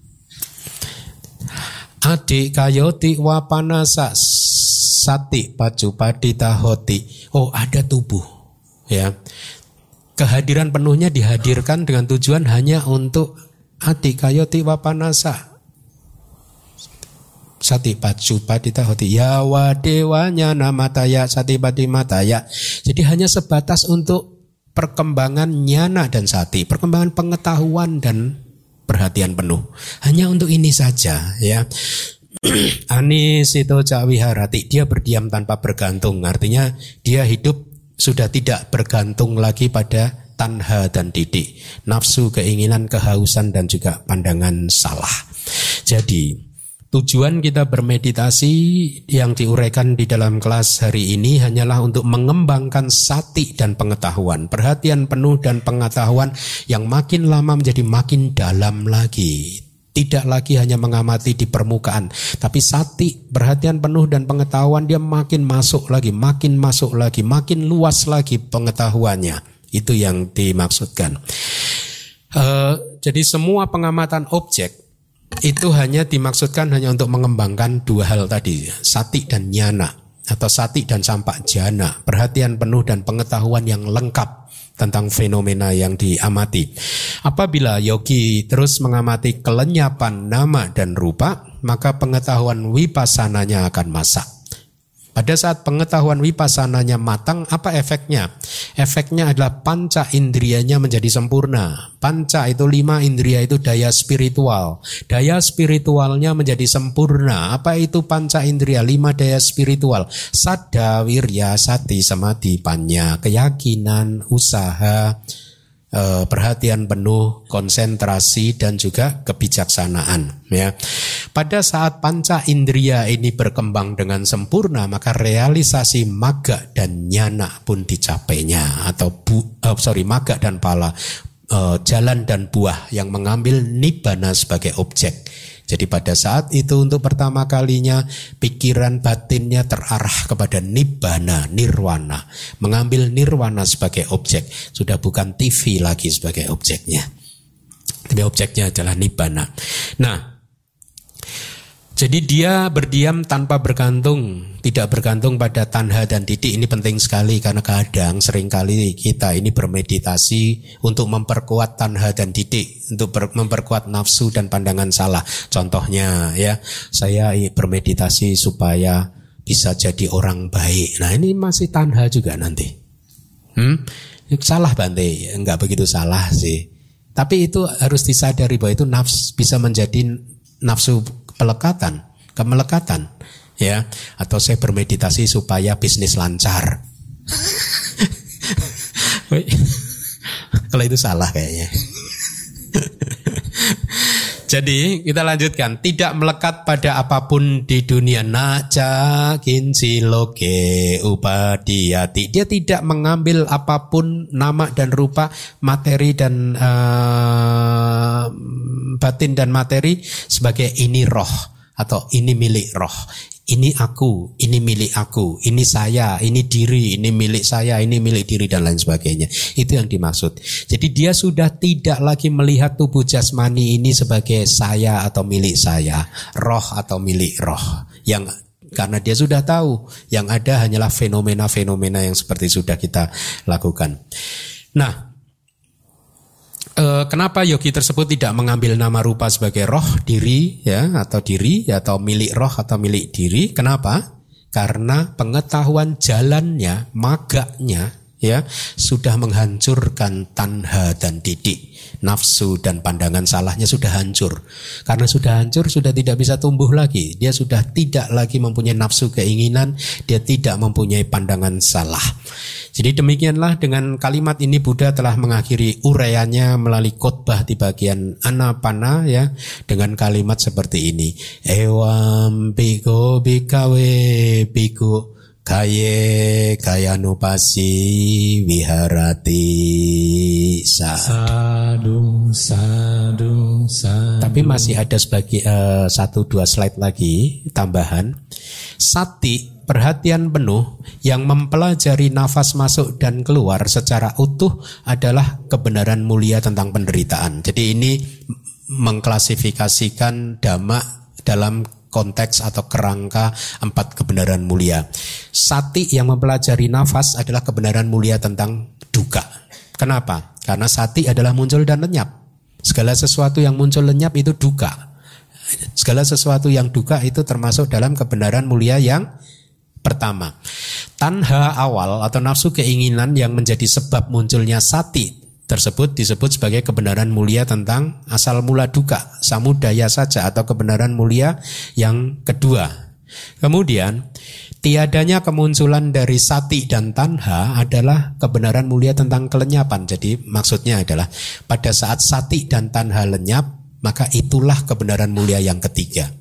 adik kayoti wapanasa sati pacupadita hoti. Oh, ada tubuh, ya. Kehadiran penuhnya dihadirkan dengan tujuan hanya untuk adik kayoti wapanasa sati pacu padita hoti yawa dewanya namataya sati pati mataya. Jadi hanya sebatas untuk perkembangan nyana dan sati, perkembangan pengetahuan dan perhatian penuh. Hanya untuk ini saja, ya. Anisito cawiharati, dia berdiam tanpa bergantung. Artinya dia hidup sudah tidak bergantung lagi pada tanha dan didik, nafsu, keinginan, kehausan dan juga pandangan salah. Jadi tujuan kita bermeditasi yang diuraikan di dalam kelas hari ini hanyalah untuk mengembangkan sati dan pengetahuan, perhatian penuh dan pengetahuan yang makin lama menjadi makin dalam lagi. Tidak lagi hanya mengamati di permukaan, tapi sati, perhatian penuh dan pengetahuan dia makin masuk lagi, makin masuk lagi, makin luas lagi pengetahuannya. Itu yang dimaksudkan. Uh, jadi semua pengamatan objek itu hanya dimaksudkan hanya untuk mengembangkan dua hal tadi, sati dan nyana, atau sati dan sampak jana, perhatian penuh dan pengetahuan yang lengkap tentang fenomena yang diamati. Apabila yogi terus mengamati kelenyapan nama dan rupa, maka pengetahuan wipassananya akan masak. Pada saat pengetahuan wipassananya matang, apa efeknya? Efeknya adalah panca indrianya menjadi sempurna. Panca itu lima indria, itu daya spiritual. Daya spiritualnya menjadi sempurna. Apa itu panca indria? Lima daya spiritual. Saddha, wirya, sati, samadhi, panya. Keyakinan, usaha, eh, perhatian penuh, konsentrasi dan juga kebijaksanaan, ya. Pada saat panca indria ini berkembang dengan sempurna, maka realisasi magga dan nyana pun dicapainya, atau bu, oh, sorry magga dan pala, eh, jalan dan buah yang mengambil nibbana sebagai objek. Jadi pada saat itu untuk pertama kalinya pikiran batinnya terarah kepada nibbana, nirwana, mengambil nirwana sebagai objek. Sudah bukan T V lagi sebagai objeknya, tapi objeknya adalah nibbana. Nah, jadi dia berdiam tanpa bergantung, tidak bergantung pada tanha dan didik. Ini penting sekali karena kadang seringkali kita ini bermeditasi untuk memperkuat tanha dan didik, untuk ber, memperkuat nafsu dan pandangan salah. Contohnya, ya, saya bermeditasi supaya bisa jadi orang baik. Nah, ini masih tanha juga nanti. Hmm? Salah Bante, enggak begitu salah sih. Tapi itu harus disadari bahwa itu nafsu, bisa menjadi nafsu pelekatan, kemelekatan, ya. Atau saya bermeditasi supaya bisnis lancar. Kalau itu salah kayaknya. Jadi kita lanjutkan, tidak melekat pada apapun di dunia. Naca kinsi loge upadiyati, dia tidak mengambil apapun nama dan rupa, materi dan uh, batin dan materi sebagai ini roh atau ini milik roh. Ini aku, ini milik aku, ini saya, ini diri, ini milik saya, ini milik diri dan lain sebagainya. Itu yang dimaksud. Jadi dia sudah tidak lagi melihat tubuh jasmani ini sebagai saya atau milik saya, roh atau milik roh. Yang karena dia sudah tahu yang ada hanyalah fenomena-fenomena yang seperti sudah kita lakukan. Nah, kenapa yogi tersebut tidak mengambil nama rupa sebagai roh, diri, ya, atau diri, ya, atau milik roh atau milik diri? Kenapa? Karena pengetahuan jalannya, maganya, ya, sudah menghancurkan tanha dan didik, nafsu dan pandangan salahnya sudah hancur. Karena sudah hancur, sudah tidak bisa tumbuh lagi. Dia sudah tidak lagi mempunyai nafsu keinginan, dia tidak mempunyai pandangan salah. Jadi demikianlah dengan kalimat ini Buddha telah mengakhiri uraiannya melalui khotbah di bagian Anapana, ya, dengan kalimat seperti ini. Ewam biko bikawe biko kaye kayanupasi wiharati sa. Sadu sadu sadu. Tapi masih ada sebagai uh, satu dua slide lagi tambahan. Sati, perhatian penuh yang mempelajari nafas masuk dan keluar secara utuh adalah kebenaran mulia tentang penderitaan. Jadi ini mengklasifikasikan dhamma dalam konteks atau kerangka empat kebenaran mulia. Sati yang mempelajari nafas adalah kebenaran mulia tentang duka. Kenapa? Karena sati adalah muncul dan lenyap. Segala sesuatu yang muncul lenyap itu duka. Segala sesuatu yang duka itu termasuk dalam kebenaran mulia yang pertama. Tanha awal atau nafsu keinginan yang menjadi sebab munculnya sati tersebut disebut sebagai kebenaran mulia tentang asal mula duka, samudaya saja, atau kebenaran mulia yang kedua. Kemudian tiadanya kemunculan dari sati dan tanha adalah kebenaran mulia tentang kelenyapan. Jadi maksudnya adalah pada saat sati dan tanha lenyap, maka itulah kebenaran mulia yang ketiga.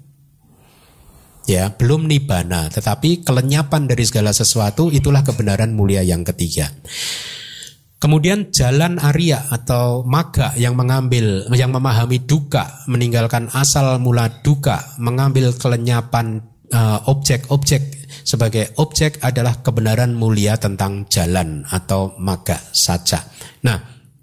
Ya, belum nibbana, tetapi kelenyapan dari segala sesuatu itulah kebenaran mulia yang ketiga. Kemudian jalan Arya atau Magga yang mengambil, yang memahami duka, meninggalkan asal mula duka, mengambil kelenyapan uh, objek-objek sebagai objek adalah kebenaran mulia tentang jalan atau Magga saja. Nah,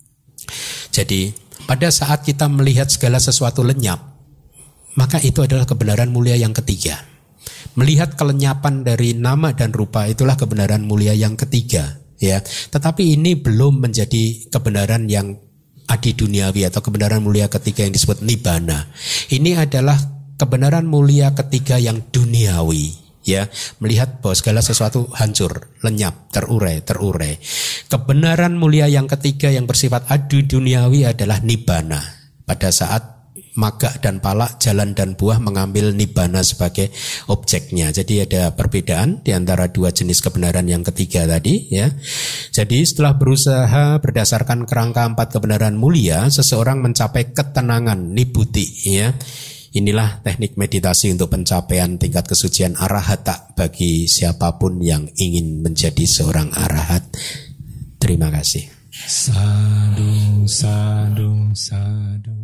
jadi pada saat kita melihat segala sesuatu lenyap, maka itu adalah kebenaran mulia yang ketiga. Melihat kelenyapan dari nama dan rupa itulah kebenaran mulia yang ketiga, ya. Tetapi ini belum menjadi kebenaran yang adi duniawi atau kebenaran mulia ketiga yang disebut nibbana. Ini adalah kebenaran mulia ketiga yang duniawi, ya, melihat bahwa segala sesuatu hancur, lenyap, terurai, terurai. Kebenaran mulia yang ketiga yang bersifat adu duniawi adalah nibbana. Pada saat Magga dan Pala, jalan dan buah, mengambil nibbana sebagai objeknya. Jadi ada perbedaan di antara dua jenis kebenaran yang ketiga tadi, ya. Jadi setelah berusaha berdasarkan kerangka empat kebenaran mulia, seseorang mencapai ketenangan nibbudi, ya. Inilah teknik meditasi untuk pencapaian tingkat kesucian arahata bagi siapapun yang ingin menjadi seorang arahat. Terima kasih. Sadu, sadu, sadu.